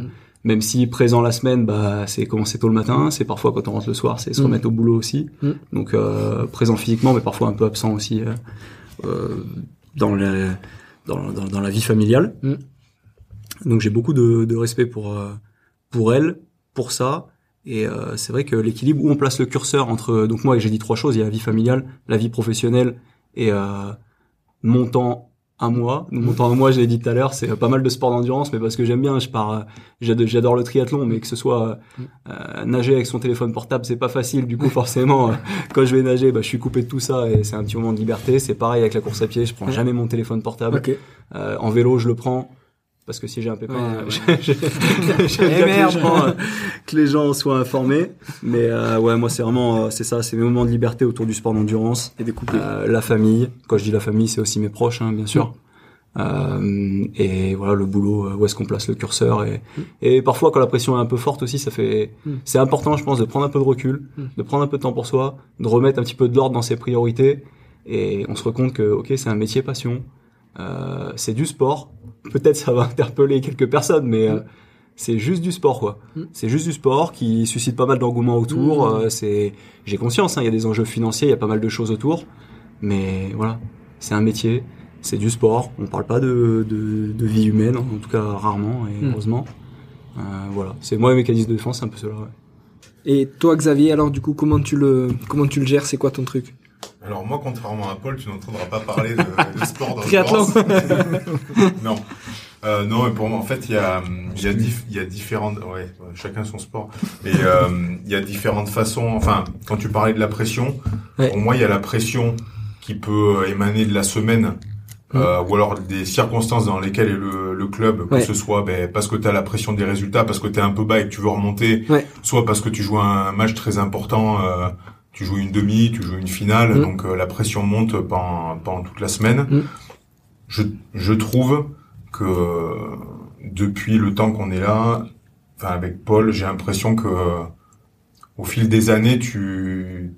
S2: même si présent la semaine, bah c'est commencer tôt le matin, c'est parfois quand on rentre le soir, c'est se remettre mmh. au boulot aussi. Mmh. Donc euh, présent physiquement, mais parfois un peu absent aussi euh, euh, dans, le, dans, dans dans la vie familiale. Mmh. Donc j'ai beaucoup de, de respect pour euh, pour elle, pour ça. Et euh, c'est vrai que l'équilibre où on place le curseur entre, donc moi j'ai dit trois choses, il y a la vie familiale, la vie professionnelle et euh, mon temps à moi. Donc, mon temps à moi, je l'ai dit tout à l'heure, c'est pas mal de sport d'endurance, mais parce que j'aime bien, je pars, j'adore, j'adore le triathlon, mais que ce soit euh, nager avec son téléphone portable, c'est pas facile. Du coup, forcément, euh, quand je vais nager, bah je suis coupé de tout ça et c'est un petit moment de liberté. C'est pareil avec la course à pied, je prends jamais mon téléphone portable. Okay. Euh, en vélo, je le prends. Parce que si j'ai un pépin, ouais, ouais. j'aime bien que les, gens, que les gens soient informés. Mais euh, ouais, moi c'est vraiment, euh, c'est ça, c'est mes moments de liberté autour du sport d'endurance.
S6: Et découpé.
S2: Euh, la famille, quand je dis la famille, c'est aussi mes proches, hein, bien sûr. Mmh. Euh, et voilà, le boulot, où est-ce qu'on place le curseur. Et, mmh. et parfois, quand la pression est un peu forte aussi, ça fait, mmh. c'est important, je pense, de prendre un peu de recul, mmh. de prendre un peu de temps pour soi, de remettre un petit peu de l'ordre dans ses priorités. Et on se rend compte que, ok, c'est un métier passion. Euh, c'est du sport. Peut-être ça va interpeller quelques personnes, mais euh, c'est juste du sport, quoi. Mm. C'est juste du sport qui suscite pas mal d'engouement autour. Mm. Euh, c'est, j'ai conscience, hein, il y a des enjeux financiers, il y a pas mal de choses autour, mais voilà, c'est un métier, c'est du sport. On parle pas de, de, de vie humaine, en tout cas rarement et mm. heureusement. Euh, voilà, c'est moi, mes mécanismes de défense, c'est un peu cela. Ouais.
S6: Et toi, Xavier, alors du coup, comment tu le, comment tu le gères? C'est quoi ton truc?
S3: Alors moi, contrairement à Paul, tu n'entendras pas parler de, de sport dans
S6: triathlon.
S3: Non, euh, non. Mais pour moi, en fait, il y a, il y a, dif, il y a différentes, ouais, chacun son sport. Mais euh, il y a différentes façons. Enfin, quand tu parlais de la pression, ouais. pour moi, il y a la pression qui peut émaner de la semaine, mmh. euh, ou alors des circonstances dans lesquelles est le, le club, que ouais. ce soit ben, parce que tu as la pression des résultats, parce que tu es un peu bas et que tu veux remonter, ouais. soit parce que tu joues un match très important. Euh, Tu joues une demi, tu joues une finale, mmh. donc euh, la pression monte pendant, pendant toute la semaine. Mmh. Je, je trouve que euh, depuis le temps qu'on est là, enfin avec Paul, j'ai l'impression que euh, au fil des années, tu,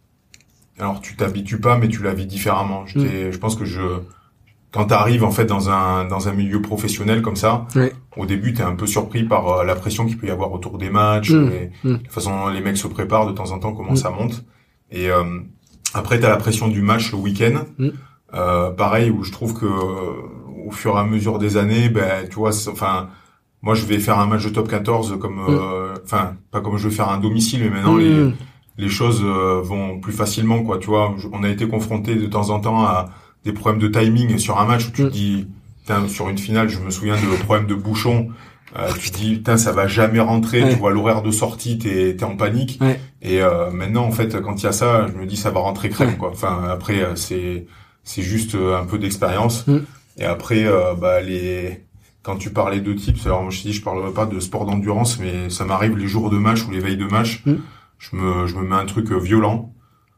S3: alors tu t'habitues pas, mais tu la vis différemment. Je, mmh. je pense que je, quand t'arrives en fait dans un dans un milieu professionnel comme ça, ouais. au début t'es un peu surpris par euh, la pression qu'il peut y avoir autour des matchs, mmh. et mmh. la façon dont les mecs se préparent de temps en temps, comment mmh. ça monte. Et euh, après t'as la pression du match le week-end, mmh. euh, pareil où je trouve que euh, au fur et à mesure des années, ben tu vois, enfin moi je vais faire un match de top quatorze comme, enfin mmh. euh, pas comme je vais faire un domicile, mais maintenant mmh. les les choses euh, vont plus facilement quoi. Tu vois, on a été confronté de temps en temps à des problèmes de timing sur un match où tu mmh. te dis, sur une finale, je me souviens de problèmes de bouchons. Euh, tu te dis, putain, ça va jamais rentrer. Ouais. Tu vois l'horaire de sortie, t'es, t'es en panique. Ouais. Et euh, maintenant, en fait, quand il y a ça, je me dis, ça va rentrer crème, ouais. quoi. Enfin, après, c'est c'est juste un peu d'expérience. Mmh. Et après, euh, bah les quand tu parlais de tips, alors moi je te dis, je parlerai pas de sport d'endurance, mais ça m'arrive les jours de match ou les veilles de match, mmh. je me je me mets un truc violent,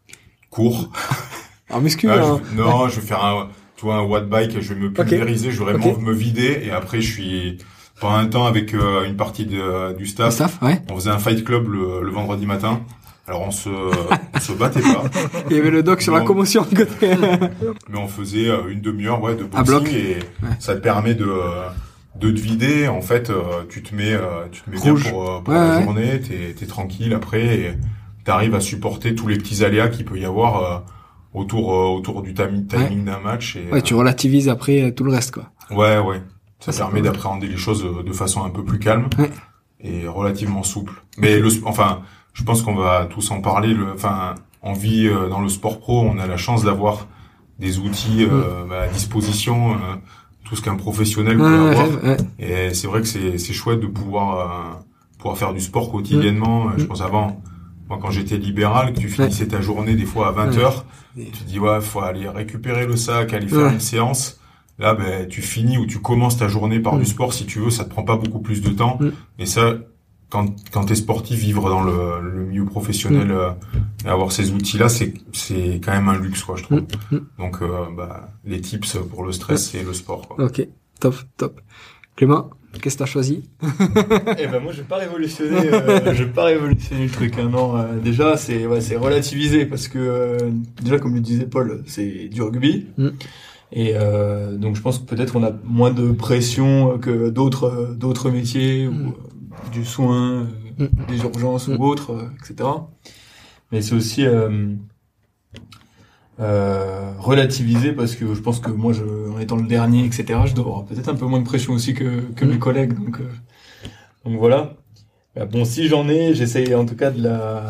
S3: court.
S6: Un muscu,
S3: ah,
S6: hein.
S3: je, non, je vais faire un, tu vois, un watt bike, je vais me pulvériser, okay. je vais vraiment okay. me vider, et après je suis pendant un temps avec euh, une partie de, du staff.
S6: staff ouais.
S3: On faisait un fight club le, le vendredi matin. Alors on se on se battait pas.
S6: Il y avait le doc sur non. la commotion de côté.
S3: Mais on faisait une demi-heure ouais de boxing et ouais. ça te permet de de te vider. En fait, tu te mets tu te mets Rouge. bien pour, pour ouais, la ouais. journée. T'es t'es tranquille après et t'arrives à supporter tous les petits aléas qu'il peut y avoir autour autour du timing ouais. d'un match. Et,
S6: ouais, tu relativises après tout le reste quoi.
S3: Ouais ouais. Ça, ça permet cool. d'appréhender les choses de façon un peu plus calme ouais. et relativement souple. Mais le enfin je pense qu'on va tous en parler. Le, enfin, on vit euh, dans le sport pro, on a la chance d'avoir des outils euh, mmh. à disposition, euh, tout ce qu'un professionnel ouais, peut avoir. Ouais, ouais. Et c'est vrai que c'est, c'est chouette de pouvoir euh, pouvoir faire du sport quotidiennement. Mmh. Je pense avant, moi quand j'étais libéral, que tu finissais ouais. ta journée des fois à vingt heures, ouais. tu te dis ouais, faut aller récupérer le sac, aller faire ouais. une séance. Là, ben, tu finis ou tu commences ta journée par mmh. du sport si tu veux. Ça te prend pas beaucoup plus de temps. Mmh. Et ça. Quand, quand t'es sportif, vivre dans le, le milieu professionnel, mmh. euh, et avoir ces outils-là, c'est, c'est quand même un luxe, quoi, je trouve. Mmh. Donc, euh, bah, les tips pour le stress, c'est le sport, quoi.
S6: Ok, top, top. Clément, qu'est-ce que t'as choisi?
S4: Eh ben, moi, je vais pas révolutionner, euh, je vais pas révolutionner le truc, hein, non. Euh, déjà, c'est, ouais, c'est relativisé parce que, euh, déjà, comme le disait Paul, c'est du rugby. Mmh. Et euh, donc, je pense que peut-être on a moins de pression que d'autres, d'autres métiers mmh. ou, du soin, euh, mmh. des urgences mmh. ou autres, euh, et cetera. Mais c'est aussi euh, euh, relativiser parce que je pense que moi, je, en étant le dernier, et cetera, je dois avoir peut-être un peu moins de pression aussi que, que mmh. mes collègues. Donc, euh, donc voilà. Bah, bon, si j'en ai, j'essaye en tout cas de la,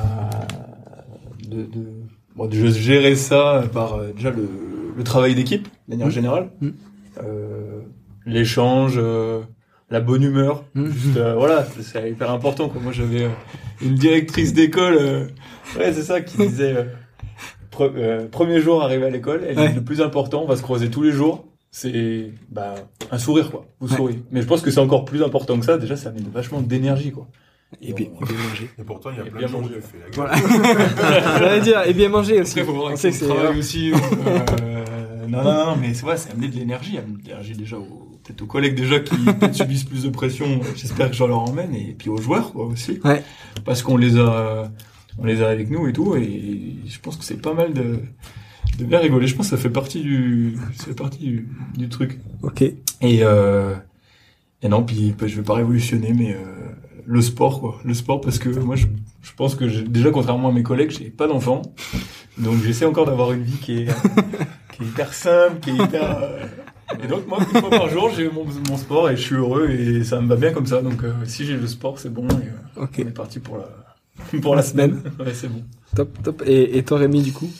S4: de, de, bon, de gérer ça par euh, déjà le, le travail d'équipe, de manière mmh. générale, mmh. Euh, l'échange, euh, la bonne humeur. Mmh. Juste, euh, voilà, c'est, c'est hyper important. Quoi. Moi, j'avais euh, une directrice d'école, euh, ouais, c'est ça, qui disait euh, pre- euh, premier jour arrivé à l'école, elle ouais. dit, le plus important, on va se croiser tous les jours. C'est bah un sourire quoi, vous ouais. souriez. Mais je pense que c'est encore plus important que ça. Déjà, ça amène vachement d'énergie quoi.
S6: Et, et bien, bien manger.
S3: Et pourtant, il y a et plein de gens qui fait la
S6: voilà. J'allais dire, et bien manger aussi.
S4: Après, faut voir on sait que c'est travail aussi. Donc, euh, non, non, non, mais c'est vrai, c'est amener de l'énergie, amener de l'énergie déjà aux, peut-être aux collègues déjà qui peut-être subissent plus de pression. J'espère que je leur emmène et puis aux joueurs quoi aussi. Ouais. Parce qu'on les a, on les a avec nous et tout, et je pense que c'est pas mal de. de bien rigoler. Je pense que ça fait partie du, ça fait partie du, du truc.
S6: Ok.
S4: Et euh, et non, puis je vais pas révolutionner, mais euh, le sport quoi, le sport parce que moi je, je pense que j'ai, déjà contrairement à mes collègues, j'ai pas d'enfant, donc j'essaie encore d'avoir une vie qui est qui est hyper simple, qui est hyper. Euh, et donc moi une fois par jour j'ai mon mon sport et je suis heureux et ça me va bien comme ça. Donc euh, si j'ai le sport c'est bon. Et, euh, okay. On est parti pour la pour la semaine. Ouais c'est bon.
S6: Top top. Et, et toi Rémi du coup?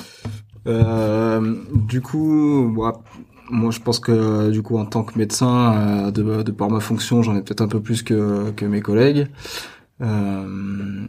S5: Euh, du coup, bah, moi je pense que du coup en tant que médecin, euh, de, de par ma fonction, j'en ai peut-être un peu plus que, que mes collègues. Euh,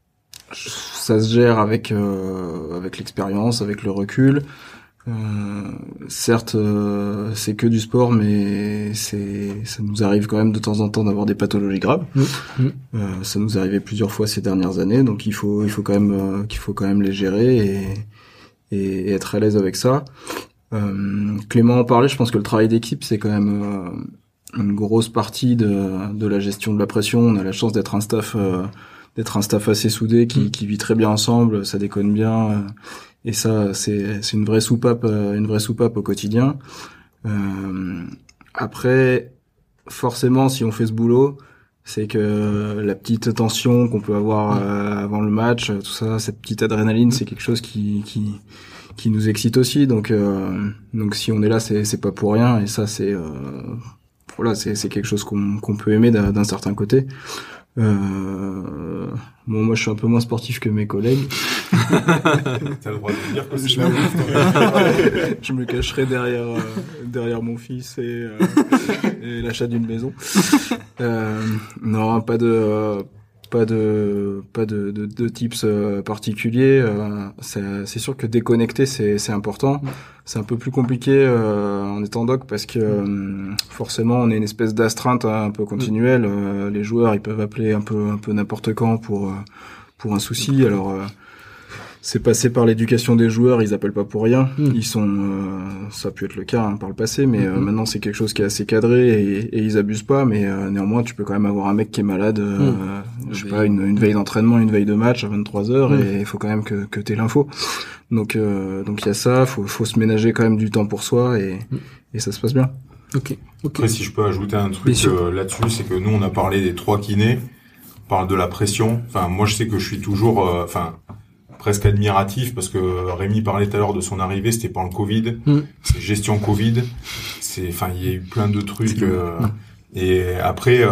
S5: ça se gère avec euh, avec l'expérience, avec le recul. Euh, certes, euh, c'est que du sport, mais c'est ça nous arrive quand même de temps en temps d'avoir des pathologies graves. Mmh. Euh, ça nous est arrivé plusieurs fois ces dernières années, donc il faut il faut quand même euh, qu'il faut quand même les gérer et et être à l'aise avec ça. Euh, Clément en parlait, je pense que le travail d'équipe, c'est quand même euh, une grosse partie de, de la gestion de la pression. On a la chance d'être un staff, euh, d'être un staff assez soudé, qui, qui vit très bien ensemble, ça déconne bien, euh, et ça, c'est, c'est une vraie soupape, euh, une vraie soupape au quotidien. Euh, après, forcément, si on fait ce boulot, c'est que la petite tension qu'on peut avoir euh, avant le match, tout ça, cette petite adrénaline, c'est quelque chose qui qui qui nous excite aussi. Donc euh, donc si on est là, c'est c'est pas pour rien. Et ça, c'est euh, voilà, c'est c'est quelque chose qu'on qu'on peut aimer d'un, d'un certain côté. Euh, bon, moi, je suis un peu moins sportif que mes collègues.
S3: T'as le droit de dire que c'est
S5: je, me... je me cacherai derrière euh, derrière mon fils et, euh, et l'achat d'une maison. Euh, non, pas de euh, pas de pas de de, de tips euh, particuliers. Euh, c'est, c'est sûr que déconnecter c'est c'est important. C'est un peu plus compliqué euh, en étant doc parce que euh, forcément on est une espèce d'astreinte hein, un peu continuelle. Euh, les joueurs ils peuvent appeler un peu un peu n'importe quand pour euh, pour un souci. Alors euh, c'est passé par l'éducation des joueurs, ils appellent pas pour rien. Mmh. Ils sont, euh, ça a pu être le cas hein, par le passé, mais euh, mmh. maintenant c'est quelque chose qui est assez cadré et, et ils abusent pas. Mais euh, néanmoins, tu peux quand même avoir un mec qui est malade, euh, mmh. je sais pas, une, une veille d'entraînement, une veille de match à vingt-trois heures, mmh. et il faut quand même que, que t'aies l'info. Donc, euh, donc il y a ça, faut, faut se ménager quand même du temps pour soi et, mmh. et ça se passe bien.
S6: Ok. Okay.
S3: Après, si je peux ajouter un truc euh, là-dessus, c'est que nous on a parlé des trois kinés, on parle de la pression. Enfin, moi je sais que je suis toujours, enfin. Euh, presque admiratif parce que Rémi parlait tout à l'heure de son arrivée, c'était pendant le Covid, mmh. c'est gestion Covid, c'est, enfin, il y a eu plein de trucs, euh, mmh. et après, euh,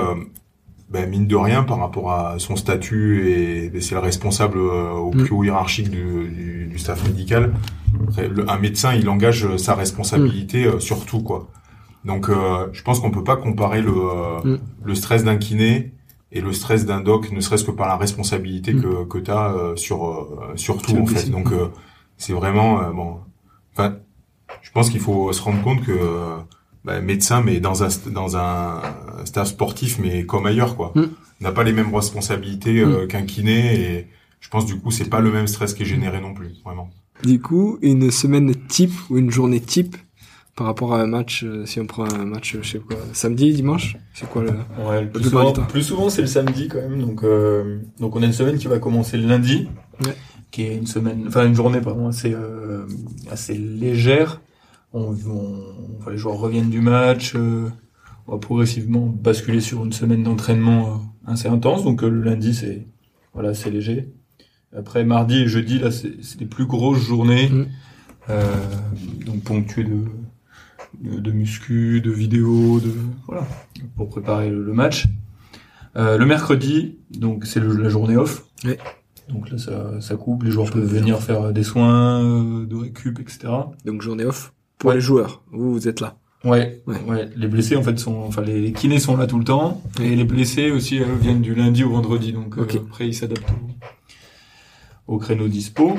S3: ben, mine de rien, par rapport à son statut et, et c'est le responsable euh, au mmh. plus haut hiérarchique du, du, du staff médical, le, un médecin, il engage sa responsabilité mmh. euh, sur tout, quoi. Donc, euh, je pense qu'on peut pas comparer le, euh, mmh. le stress d'un kiné et le stress d'un doc, ne serait-ce que par la responsabilité mmh. que que t'as euh, sur euh, sur tout en fait. Donc euh, c'est vraiment euh, bon. Enfin, je pense qu'il faut se rendre compte que euh, bah, médecin, mais dans un dans un staff sportif, mais comme ailleurs quoi. Mmh. On n'a pas les mêmes responsabilités euh, mmh. qu'un kiné et je pense du coup c'est pas le même stress qui est généré non plus vraiment.
S6: Du coup, une semaine type ou une journée type. Par rapport à un match, euh, si on prend un match, je sais quoi, samedi, dimanche, c'est quoi le,
S4: ouais, le plus, le souvent, plus souvent c'est le samedi quand même. Donc, euh, donc on a une semaine qui va commencer le lundi, ouais. qui est une semaine, enfin une journée pardon, assez euh, assez légère. On, on, enfin, les joueurs reviennent du match, euh, on va progressivement basculer sur une semaine d'entraînement euh, assez intense. Donc euh, le lundi, c'est voilà, c'est léger. Après mardi et jeudi, là, c'est, c'est les plus grosses journées, mmh. euh, donc ponctuées de, de de muscu, de vidéos, de voilà, pour préparer le, le match. Euh, le mercredi, donc c'est le, la journée off.
S6: Oui.
S4: Donc là, ça, ça coupe. Les joueurs Je peuvent venir off. faire des soins, euh, de récup, et cetera.
S6: Donc journée off pour ouais. les joueurs. Vous, vous êtes là.
S4: Ouais, ouais, ouais. Les blessés, en fait, sont, enfin, les, les kinés sont là tout le temps, et les blessés aussi euh, viennent du lundi au vendredi. Donc okay. euh, après, ils s'adaptent au, au créneau dispo.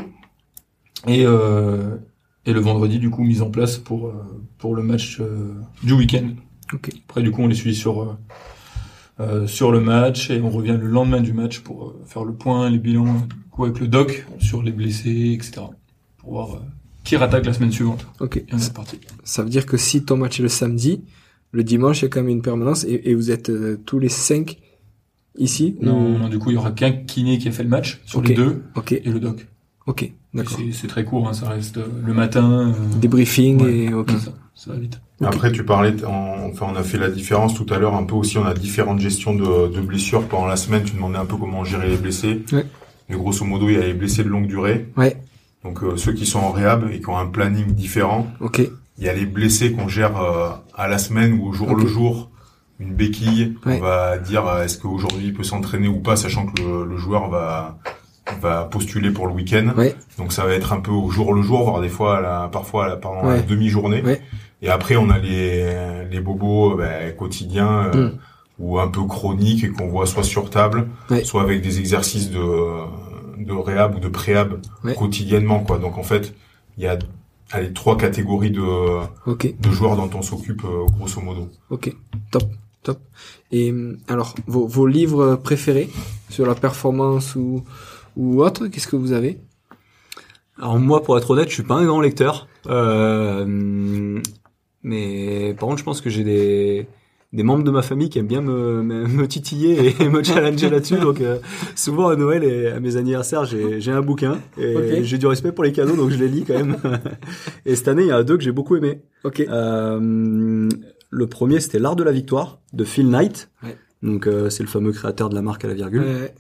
S4: Et euh, et le vendredi, du coup, mise en place pour euh, pour le match euh, du week-end.
S6: Okay.
S4: Après, du coup, on les suit sur euh, euh, sur le match et on revient le lendemain du match pour euh, faire le point, les bilans, du coup, avec le doc sur les blessés, et cetera. Pour voir. Euh, qui rattaque la semaine suivante.
S6: Ok.
S4: Et on est parti.
S6: Ça veut dire que si ton match est le samedi, le dimanche, il y a quand même une permanence et, et vous êtes euh, tous les cinq ici?
S4: Non,
S6: ou...
S4: non, du coup, il y aura qu'un kiné qui a fait le match sur
S6: okay.
S4: les deux.
S6: Ok.
S4: Et le doc.
S6: Ok, d'accord.
S4: C'est, c'est très court, hein, ça reste euh, le matin. Euh...
S6: Débriefing
S4: ouais,
S6: et ok.
S4: Ça, ça va vite.
S3: Après,
S6: okay.
S3: tu parlais, en, enfin, on a fait la différence tout à l'heure un peu aussi, on a différentes gestions de, de blessures pendant la semaine. Tu demandais un peu comment gérer les blessés.
S6: Ouais.
S3: Mais grosso modo, il y a les blessés de longue durée.
S6: Ouais.
S3: Donc euh, ceux qui sont en réhab et qui ont un planning différent.
S6: Ok.
S3: Il y a les blessés qu'on gère euh, à la semaine ou au jour okay. le jour. Une béquille. Ouais. On va dire euh, est-ce qu'aujourd'hui il peut s'entraîner ou pas, sachant que le, le joueur va va postuler pour le week-end.
S6: Ouais.
S3: Donc ça va être un peu au jour le jour, voire des fois à la, parfois à la, pendant
S6: ouais.
S3: la demi-journée.
S6: Ouais.
S3: Et après on a les les bobos bah, quotidiens euh, mm. ou un peu chroniques et qu'on voit soit sur table, ouais. soit avec des exercices de de réhab ou de préhab ouais. quotidiennement, quoi. Donc en fait, il y a allez, trois catégories de
S6: okay.
S3: de joueurs dont on s'occupe euh, grosso modo.
S6: Ok, top, top. Et alors vos vos livres préférés sur la performance ou ou autre, qu'est-ce que vous avez?
S2: Alors moi, pour être honnête, je suis pas un grand lecteur, euh, mais par contre, je pense que j'ai des des membres de ma famille qui aiment bien me, me, me titiller et me challenger là-dessus. Donc, euh, souvent à Noël et à mes anniversaires, j'ai, j'ai un bouquin et okay. j'ai du respect pour les cadeaux, donc je les lis quand même. Et cette année, il y en a deux que j'ai beaucoup aimé.
S6: Okay.
S2: Euh, le premier, c'était L'Art de la Victoire de Phil Knight.
S6: Ouais.
S2: Donc, euh, c'est le fameux créateur de la marque à la virgule.
S6: Ouais.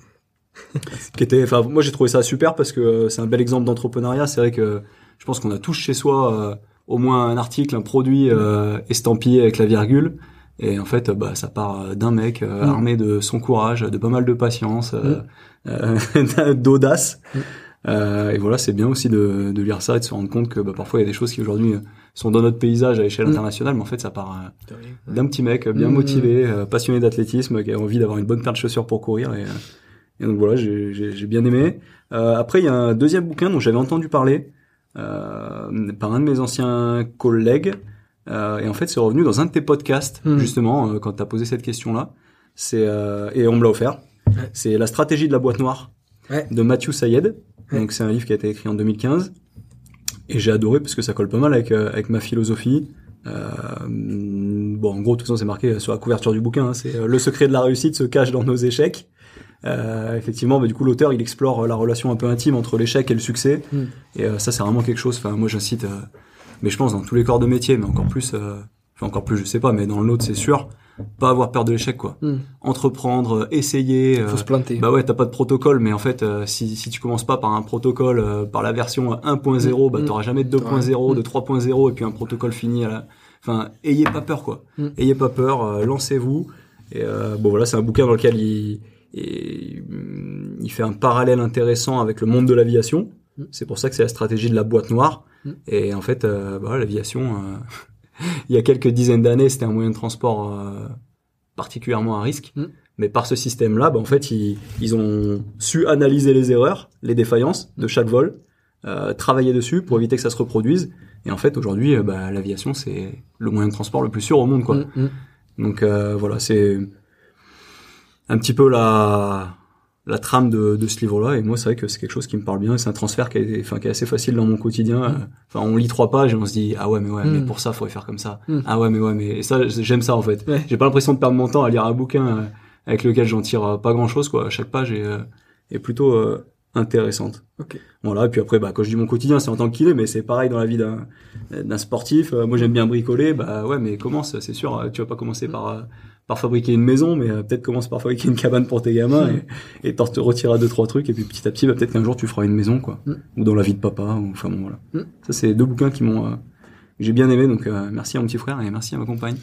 S2: qui était, enfin, moi j'ai trouvé ça super parce que c'est un bel exemple d'entrepreneuriat. C'est vrai que je pense qu'on a tous chez soi euh, au moins un article, un produit euh, estampillé avec la virgule. Et en fait, bah, ça part d'un mec euh, mmh. armé de son courage, de pas mal de patience, euh, mmh. euh, d'audace. Mmh. Euh, et voilà, c'est bien aussi de, de lire ça et de se rendre compte que bah, parfois il y a des choses qui aujourd'hui sont dans notre paysage à échelle mmh. internationale, mais en fait ça part euh, d'un petit mec bien mmh. motivé, euh, passionné d'athlétisme, qui a envie d'avoir une bonne paire de chaussures pour courir. Et, et donc voilà, j'ai, j'ai, j'ai bien aimé. Euh, après, il y a un deuxième bouquin dont j'avais entendu parler euh, par un de mes anciens collègues. Euh, et en fait, c'est revenu dans un de tes podcasts, mmh. justement, euh, quand t'as posé cette question-là. C'est euh, et on me l'a offert.
S6: Ouais.
S2: C'est La stratégie de la boîte noire
S6: ouais.
S2: de Matthew Syed.
S6: Ouais.
S2: Donc c'est un livre qui a été écrit en deux mille quinze. Et j'ai adoré parce que ça colle pas mal avec euh, avec ma philosophie. Euh, bon, en gros, de toute façon, c'est marqué sur la couverture du bouquin. Hein, c'est euh, le secret de la réussite se cache dans nos échecs. Euh, effectivement, bah, du coup, l'auteur, il explore la relation un peu intime entre l'échec et le succès. Mmh. Et euh, ça, c'est vraiment quelque chose. Enfin, moi, j'incite. Euh, mais je pense dans tous les corps de métier, mais encore plus, euh, enfin encore plus, je sais pas, mais dans le nôtre, c'est sûr, pas avoir peur de l'échec, quoi.
S6: Mm.
S2: Entreprendre, essayer.
S6: Faut
S2: euh,
S6: se planter.
S2: Bah ouais, t'as pas de protocole, mais en fait, euh, si si tu commences pas par un protocole, euh, par la version un point zéro, mm. bah t'auras jamais de deux point zéro, mm. de trois point zéro, et puis un protocole fini à la. Enfin, ayez pas peur, quoi. Mm. Ayez pas peur, euh, lancez-vous. Et euh, bon voilà, c'est un bouquin dans lequel il il, il fait un parallèle intéressant avec le monde de l'aviation. Mm. C'est pour ça que c'est la stratégie de la boîte noire. Et en fait, euh, bah, l'aviation, euh, il y a quelques dizaines d'années, c'était un moyen de transport euh, particulièrement à risque. Mm. Mais par ce système-là, bah, en fait, ils, ils ont su analyser les erreurs, les défaillances de chaque vol, euh, travailler dessus pour éviter que ça se reproduise. Et en fait, aujourd'hui, euh, bah, l'aviation, c'est le moyen de transport le plus sûr au monde, quoi.
S6: Mm.
S2: Donc euh, voilà, c'est un petit peu la la trame de, de ce livre-là, et moi c'est vrai que c'est quelque chose qui me parle bien, et c'est un transfert qui est, enfin, qui est assez facile dans mon quotidien. Mm. Enfin, on lit trois pages et on se dit ah ouais mais ouais mm. mais pour ça faut faire comme ça. Mm. Ah ouais mais ouais mais et ça j'aime ça en fait.
S6: Ouais.
S2: J'ai pas l'impression de perdre mon temps à lire un bouquin euh, avec lequel j'en tire euh, pas grand-chose, quoi. Chaque page est, euh, est plutôt euh, intéressante.
S6: Ok.
S2: Voilà, et puis après, bah, quand je dis mon quotidien, c'est en tant que kiné, mais c'est pareil dans la vie d'un, d'un sportif. Euh, moi, j'aime bien bricoler, bah ouais, mais commence, c'est sûr, tu vas pas commencer par, euh, par fabriquer une maison, mais euh, peut-être commence par fabriquer une cabane pour tes gamins,
S6: Mm.
S2: et, et t'en te retireras deux, trois trucs, et puis petit à petit, bah, peut-être qu'un jour, tu feras une maison, quoi.
S6: Mm.
S2: Ou dans la vie de papa, ou enfin bon, voilà.
S6: Mm.
S2: Ça, c'est deux bouquins qui m'ont, euh, que j'ai bien aimé, donc euh, merci à mon petit frère, et merci à ma compagne.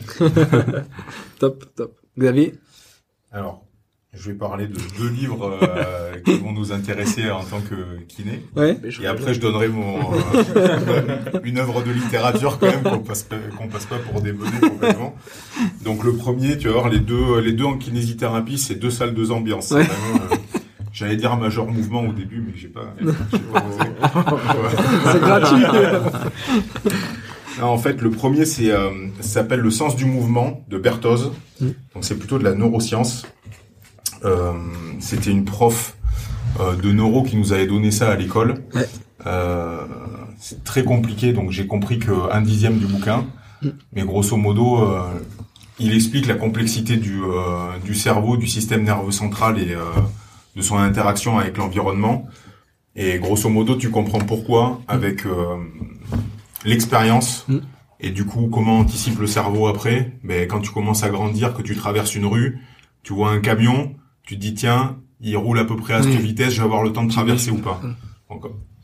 S6: Top, top. Xavier?
S3: Alors, je vais parler de deux livres euh, qui vont nous intéresser en tant que kiné.
S6: Ouais.
S3: Et après, je donnerai mon euh, une œuvre de littérature quand même qu'on passe pas, qu'on passe pas pour des benets complètement. Donc le premier, tu vas voir les deux les deux en kinésithérapie, c'est deux salles, deux ambiances.
S6: Ouais.
S3: Vraiment, euh, j'allais dire majeur mouvement au début, mais j'ai pas. j'ai pas osé.
S6: C'est gratuit.
S3: Non, en fait, le premier, c'est euh, ça s'appelle Le sens du mouvement de Berthoz.
S6: Mm.
S3: Donc c'est plutôt de la neuroscience. Euh, c'était une prof euh, de neuro qui nous avait donné ça à l'école.
S6: Ouais.
S3: Euh, c'est très compliqué, donc j'ai compris que un dixième du bouquin. Mm. Mais grosso modo, euh, il explique la complexité du euh, du cerveau, du système nerveux central et euh, de son interaction avec l'environnement. Et grosso modo, tu comprends pourquoi avec euh, l'expérience. Mm. Et du coup, comment anticipe le cerveau après? Ben, quand tu commences à grandir, que tu traverses une rue, tu vois un camion, tu te dis tiens, il roule à peu près à cette
S6: oui.
S3: vitesse, je vais avoir le temps de traverser ou pas. Donc,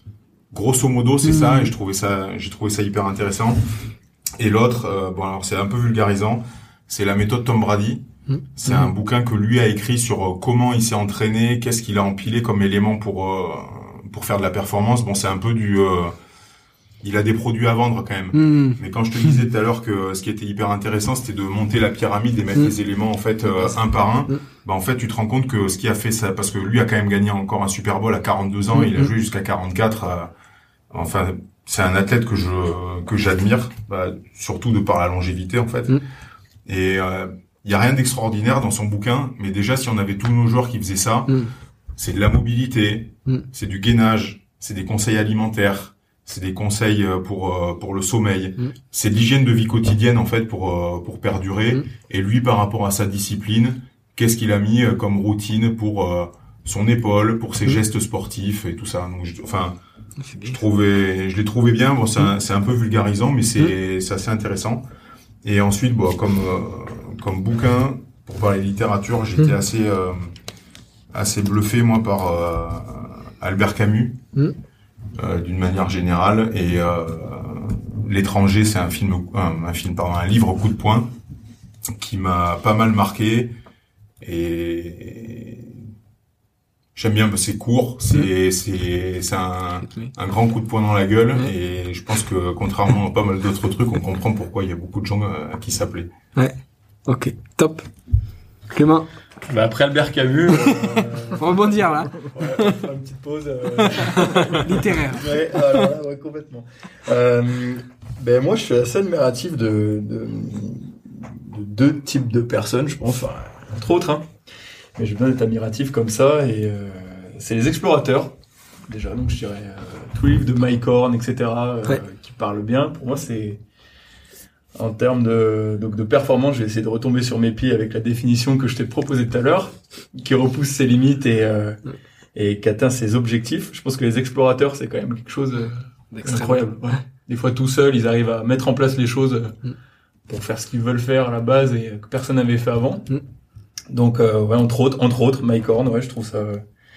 S3: grosso modo, c'est mmh. ça, et je trouvais ça, j'ai trouvé ça hyper intéressant. Et l'autre, euh, bon alors c'est un peu vulgarisant, c'est la méthode Tom Brady. Mmh. C'est mmh. un bouquin que lui a écrit sur euh, comment il s'est entraîné, qu'est-ce qu'il a empilé comme élément pour euh, pour faire de la performance. Bon, c'est un peu du euh, il a des produits à vendre quand même. Mmh. Mais quand je te disais tout à l'heure que ce qui était hyper intéressant, c'était de monter la pyramide et mettre mmh. les éléments en fait euh, un par un, mmh. bah en fait tu te rends compte que ce qui a fait ça, parce que lui a quand même gagné encore un Super Bowl à quarante-deux ans, mmh. et il a joué jusqu'à quarante-quatre. Euh, enfin, c'est un athlète que je que j'admire, bah, surtout de par la longévité en fait. Mmh. Et euh, il y a rien d'extraordinaire dans son bouquin, mais déjà si on avait tous nos joueurs qui faisaient ça, mmh. c'est de la mobilité, mmh. c'est du gainage, c'est des conseils alimentaires. C'est des conseils pour pour le sommeil. Mmh. C'est de l'hygiène de vie quotidienne en fait pour pour perdurer. Mmh. Et lui, par rapport à sa discipline, qu'est-ce qu'il a mis comme routine pour euh, son épaule, pour ses mmh. gestes sportifs et tout ça. Donc, je, enfin, je trouvais, je l'ai trouvé bien. Bon, c'est un, c'est un peu vulgarisant, mais c'est mmh. c'est assez intéressant. Et ensuite, bon, comme euh, comme bouquin pour parler de littérature, j'étais mmh. assez euh, assez bluffé moi par euh, Albert Camus. Mmh. Euh, d'une manière générale, et euh, L'étranger, c'est un film, un, un film, pardon, un livre coup de poing qui m'a pas mal marqué, et j'aime bien parce que c'est court, c'est c'est c'est un un grand coup de poing dans la gueule, ouais. Et je pense que contrairement à pas mal d'autres trucs, on comprend pourquoi il y a beaucoup de gens à qui ça plaît.
S6: Ouais. Ok. Top. Clément.
S4: Bah après Albert Camus, euh,
S6: faut rebondir là.
S4: Ouais, on va faire une petite pause euh...
S6: littéraire.
S4: Ouais, alors là, ouais, complètement. Euh, ben moi, je suis assez admiratif de, de, de deux types de personnes, je pense, enfin, entre autres, hein. Mais je veux bien être admiratif comme ça, et euh, c'est les explorateurs. Déjà, donc je dirais euh, tous les livres de Mike Horn, et cetera, euh, ouais. qui parlent bien. Pour moi, c'est en termes de, donc de performance, je vais essayer de retomber sur mes pieds avec la définition que je t'ai proposée tout à l'heure, qui repousse ses limites et, euh, et qui atteint ses objectifs. Je pense que les explorateurs, c'est quand même quelque chose d'incroyable. Ouais. Des fois, tout seuls, ils arrivent à mettre en place les choses pour faire ce qu'ils veulent faire à la base et que personne n'avait fait avant. Mm. Donc, euh, ouais, entre autres, entre autres, Mike Horn, ouais, je trouve ça,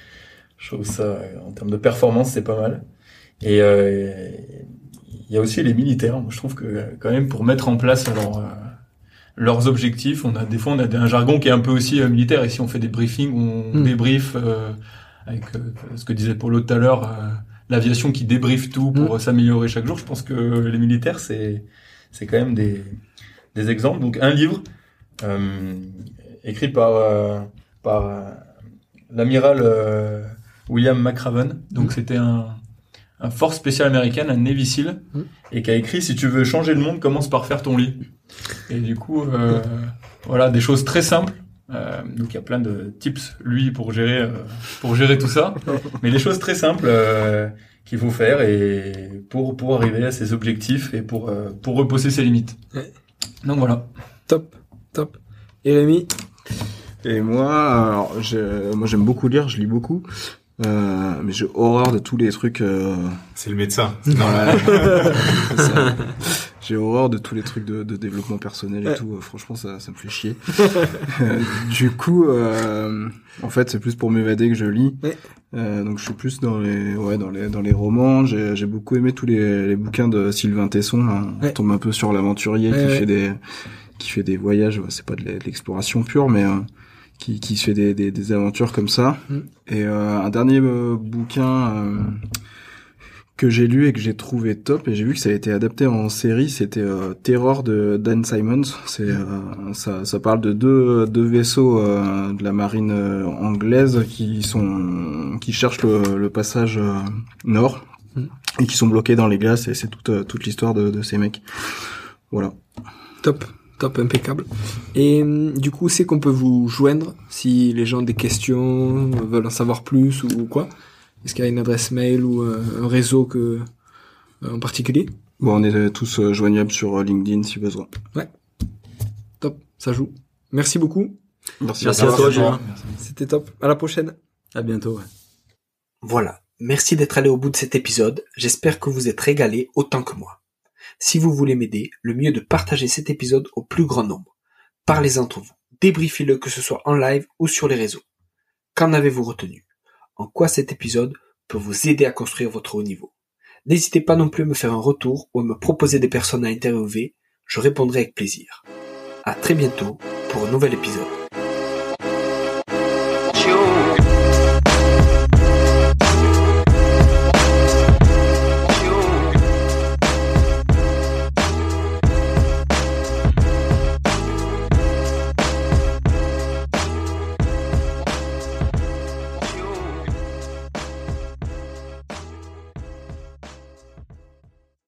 S4: je trouve ça, en termes de performance, c'est pas mal. Et, euh, il y a aussi les militaires. Moi, je trouve que quand même pour mettre en place leur, euh, leurs objectifs, on a des fois on a un jargon qui est un peu aussi euh, militaire. Et si on fait des briefings, on mmh. débrief euh, avec euh, ce que disait Paulo tout à l'heure, euh, l'aviation qui débriefe tout pour mmh. s'améliorer chaque jour. Je pense que les militaires, c'est c'est quand même des des exemples. Donc un livre euh, écrit par euh, par euh, l'amiral euh, William McRaven. Donc mmh. c'était un un force spéciale américaine, un Navy Seal, mmh. et qui a écrit « Si tu veux changer le monde, commence par faire ton lit ». Et du coup, euh, voilà, des choses très simples. Euh, donc il y a plein de tips, lui, pour gérer, euh, pour gérer tout ça. Mais des choses très simples euh, qu'il faut faire et pour pour arriver à ses objectifs et pour euh, pour repousser ses limites. Ouais. Donc voilà.
S6: Top, top. Et Rémi?
S5: Et moi, alors, je, moi j'aime beaucoup lire, je lis beaucoup. Euh, mais j'ai horreur de tous les trucs. Euh...
S3: C'est le médecin.
S5: Ouais, c'est ça. J'ai horreur de tous les trucs de, de développement personnel et ouais. tout. Euh, franchement, ça, ça me fait chier. euh, du coup, euh, en fait, c'est plus pour m'évader que je lis. Ouais. Euh, donc, je suis plus dans les, ouais, dans les, dans les romans. J'ai, j'ai beaucoup aimé tous les, les bouquins de Sylvain Tesson. Hein. Ouais. On tombe un peu sur l'aventurier ouais, qui ouais. fait des, qui fait des voyages. C'est pas de l'exploration pure, mais euh, qui, qui se fait des, des, des aventures comme ça. Mm. Et euh, un dernier euh, bouquin. Euh, que j'ai lu et que j'ai trouvé top, et j'ai vu que ça a été adapté en série, c'était euh, Terror de Dan Simmons. C'est euh, ça, ça parle de deux deux vaisseaux euh, de la marine euh, anglaise qui sont qui cherchent le, le passage euh, nord mm. et qui sont bloqués dans les glaces, et c'est toute euh, toute l'histoire de, de ces mecs. Voilà.
S6: Top. Top, impeccable. Et du coup, c'est qu'on peut vous joindre si les gens ont des questions, veulent en savoir plus ou quoi? Est-ce qu'il y a une adresse mail ou euh, un réseau que euh, en particulier?
S5: Bon, on est tous euh, joignables sur LinkedIn si besoin.
S6: Ouais. Top, ça joue. Merci beaucoup.
S2: Merci, Merci à toi, Julien.
S6: C'était top. À la prochaine.
S2: À bientôt. Ouais.
S1: Voilà. Merci d'être allé au bout de cet épisode. J'espère que vous êtes régalés autant que moi. Si vous voulez m'aider, le mieux est de partager cet épisode au plus grand nombre. Parlez entre vous. Débriefez-le, que ce soit en live ou sur les réseaux. Qu'en avez-vous retenu? En quoi cet épisode peut vous aider à construire votre haut niveau? N'hésitez pas non plus à me faire un retour ou à me proposer des personnes à interviewer, je répondrai avec plaisir. À très bientôt pour un nouvel épisode.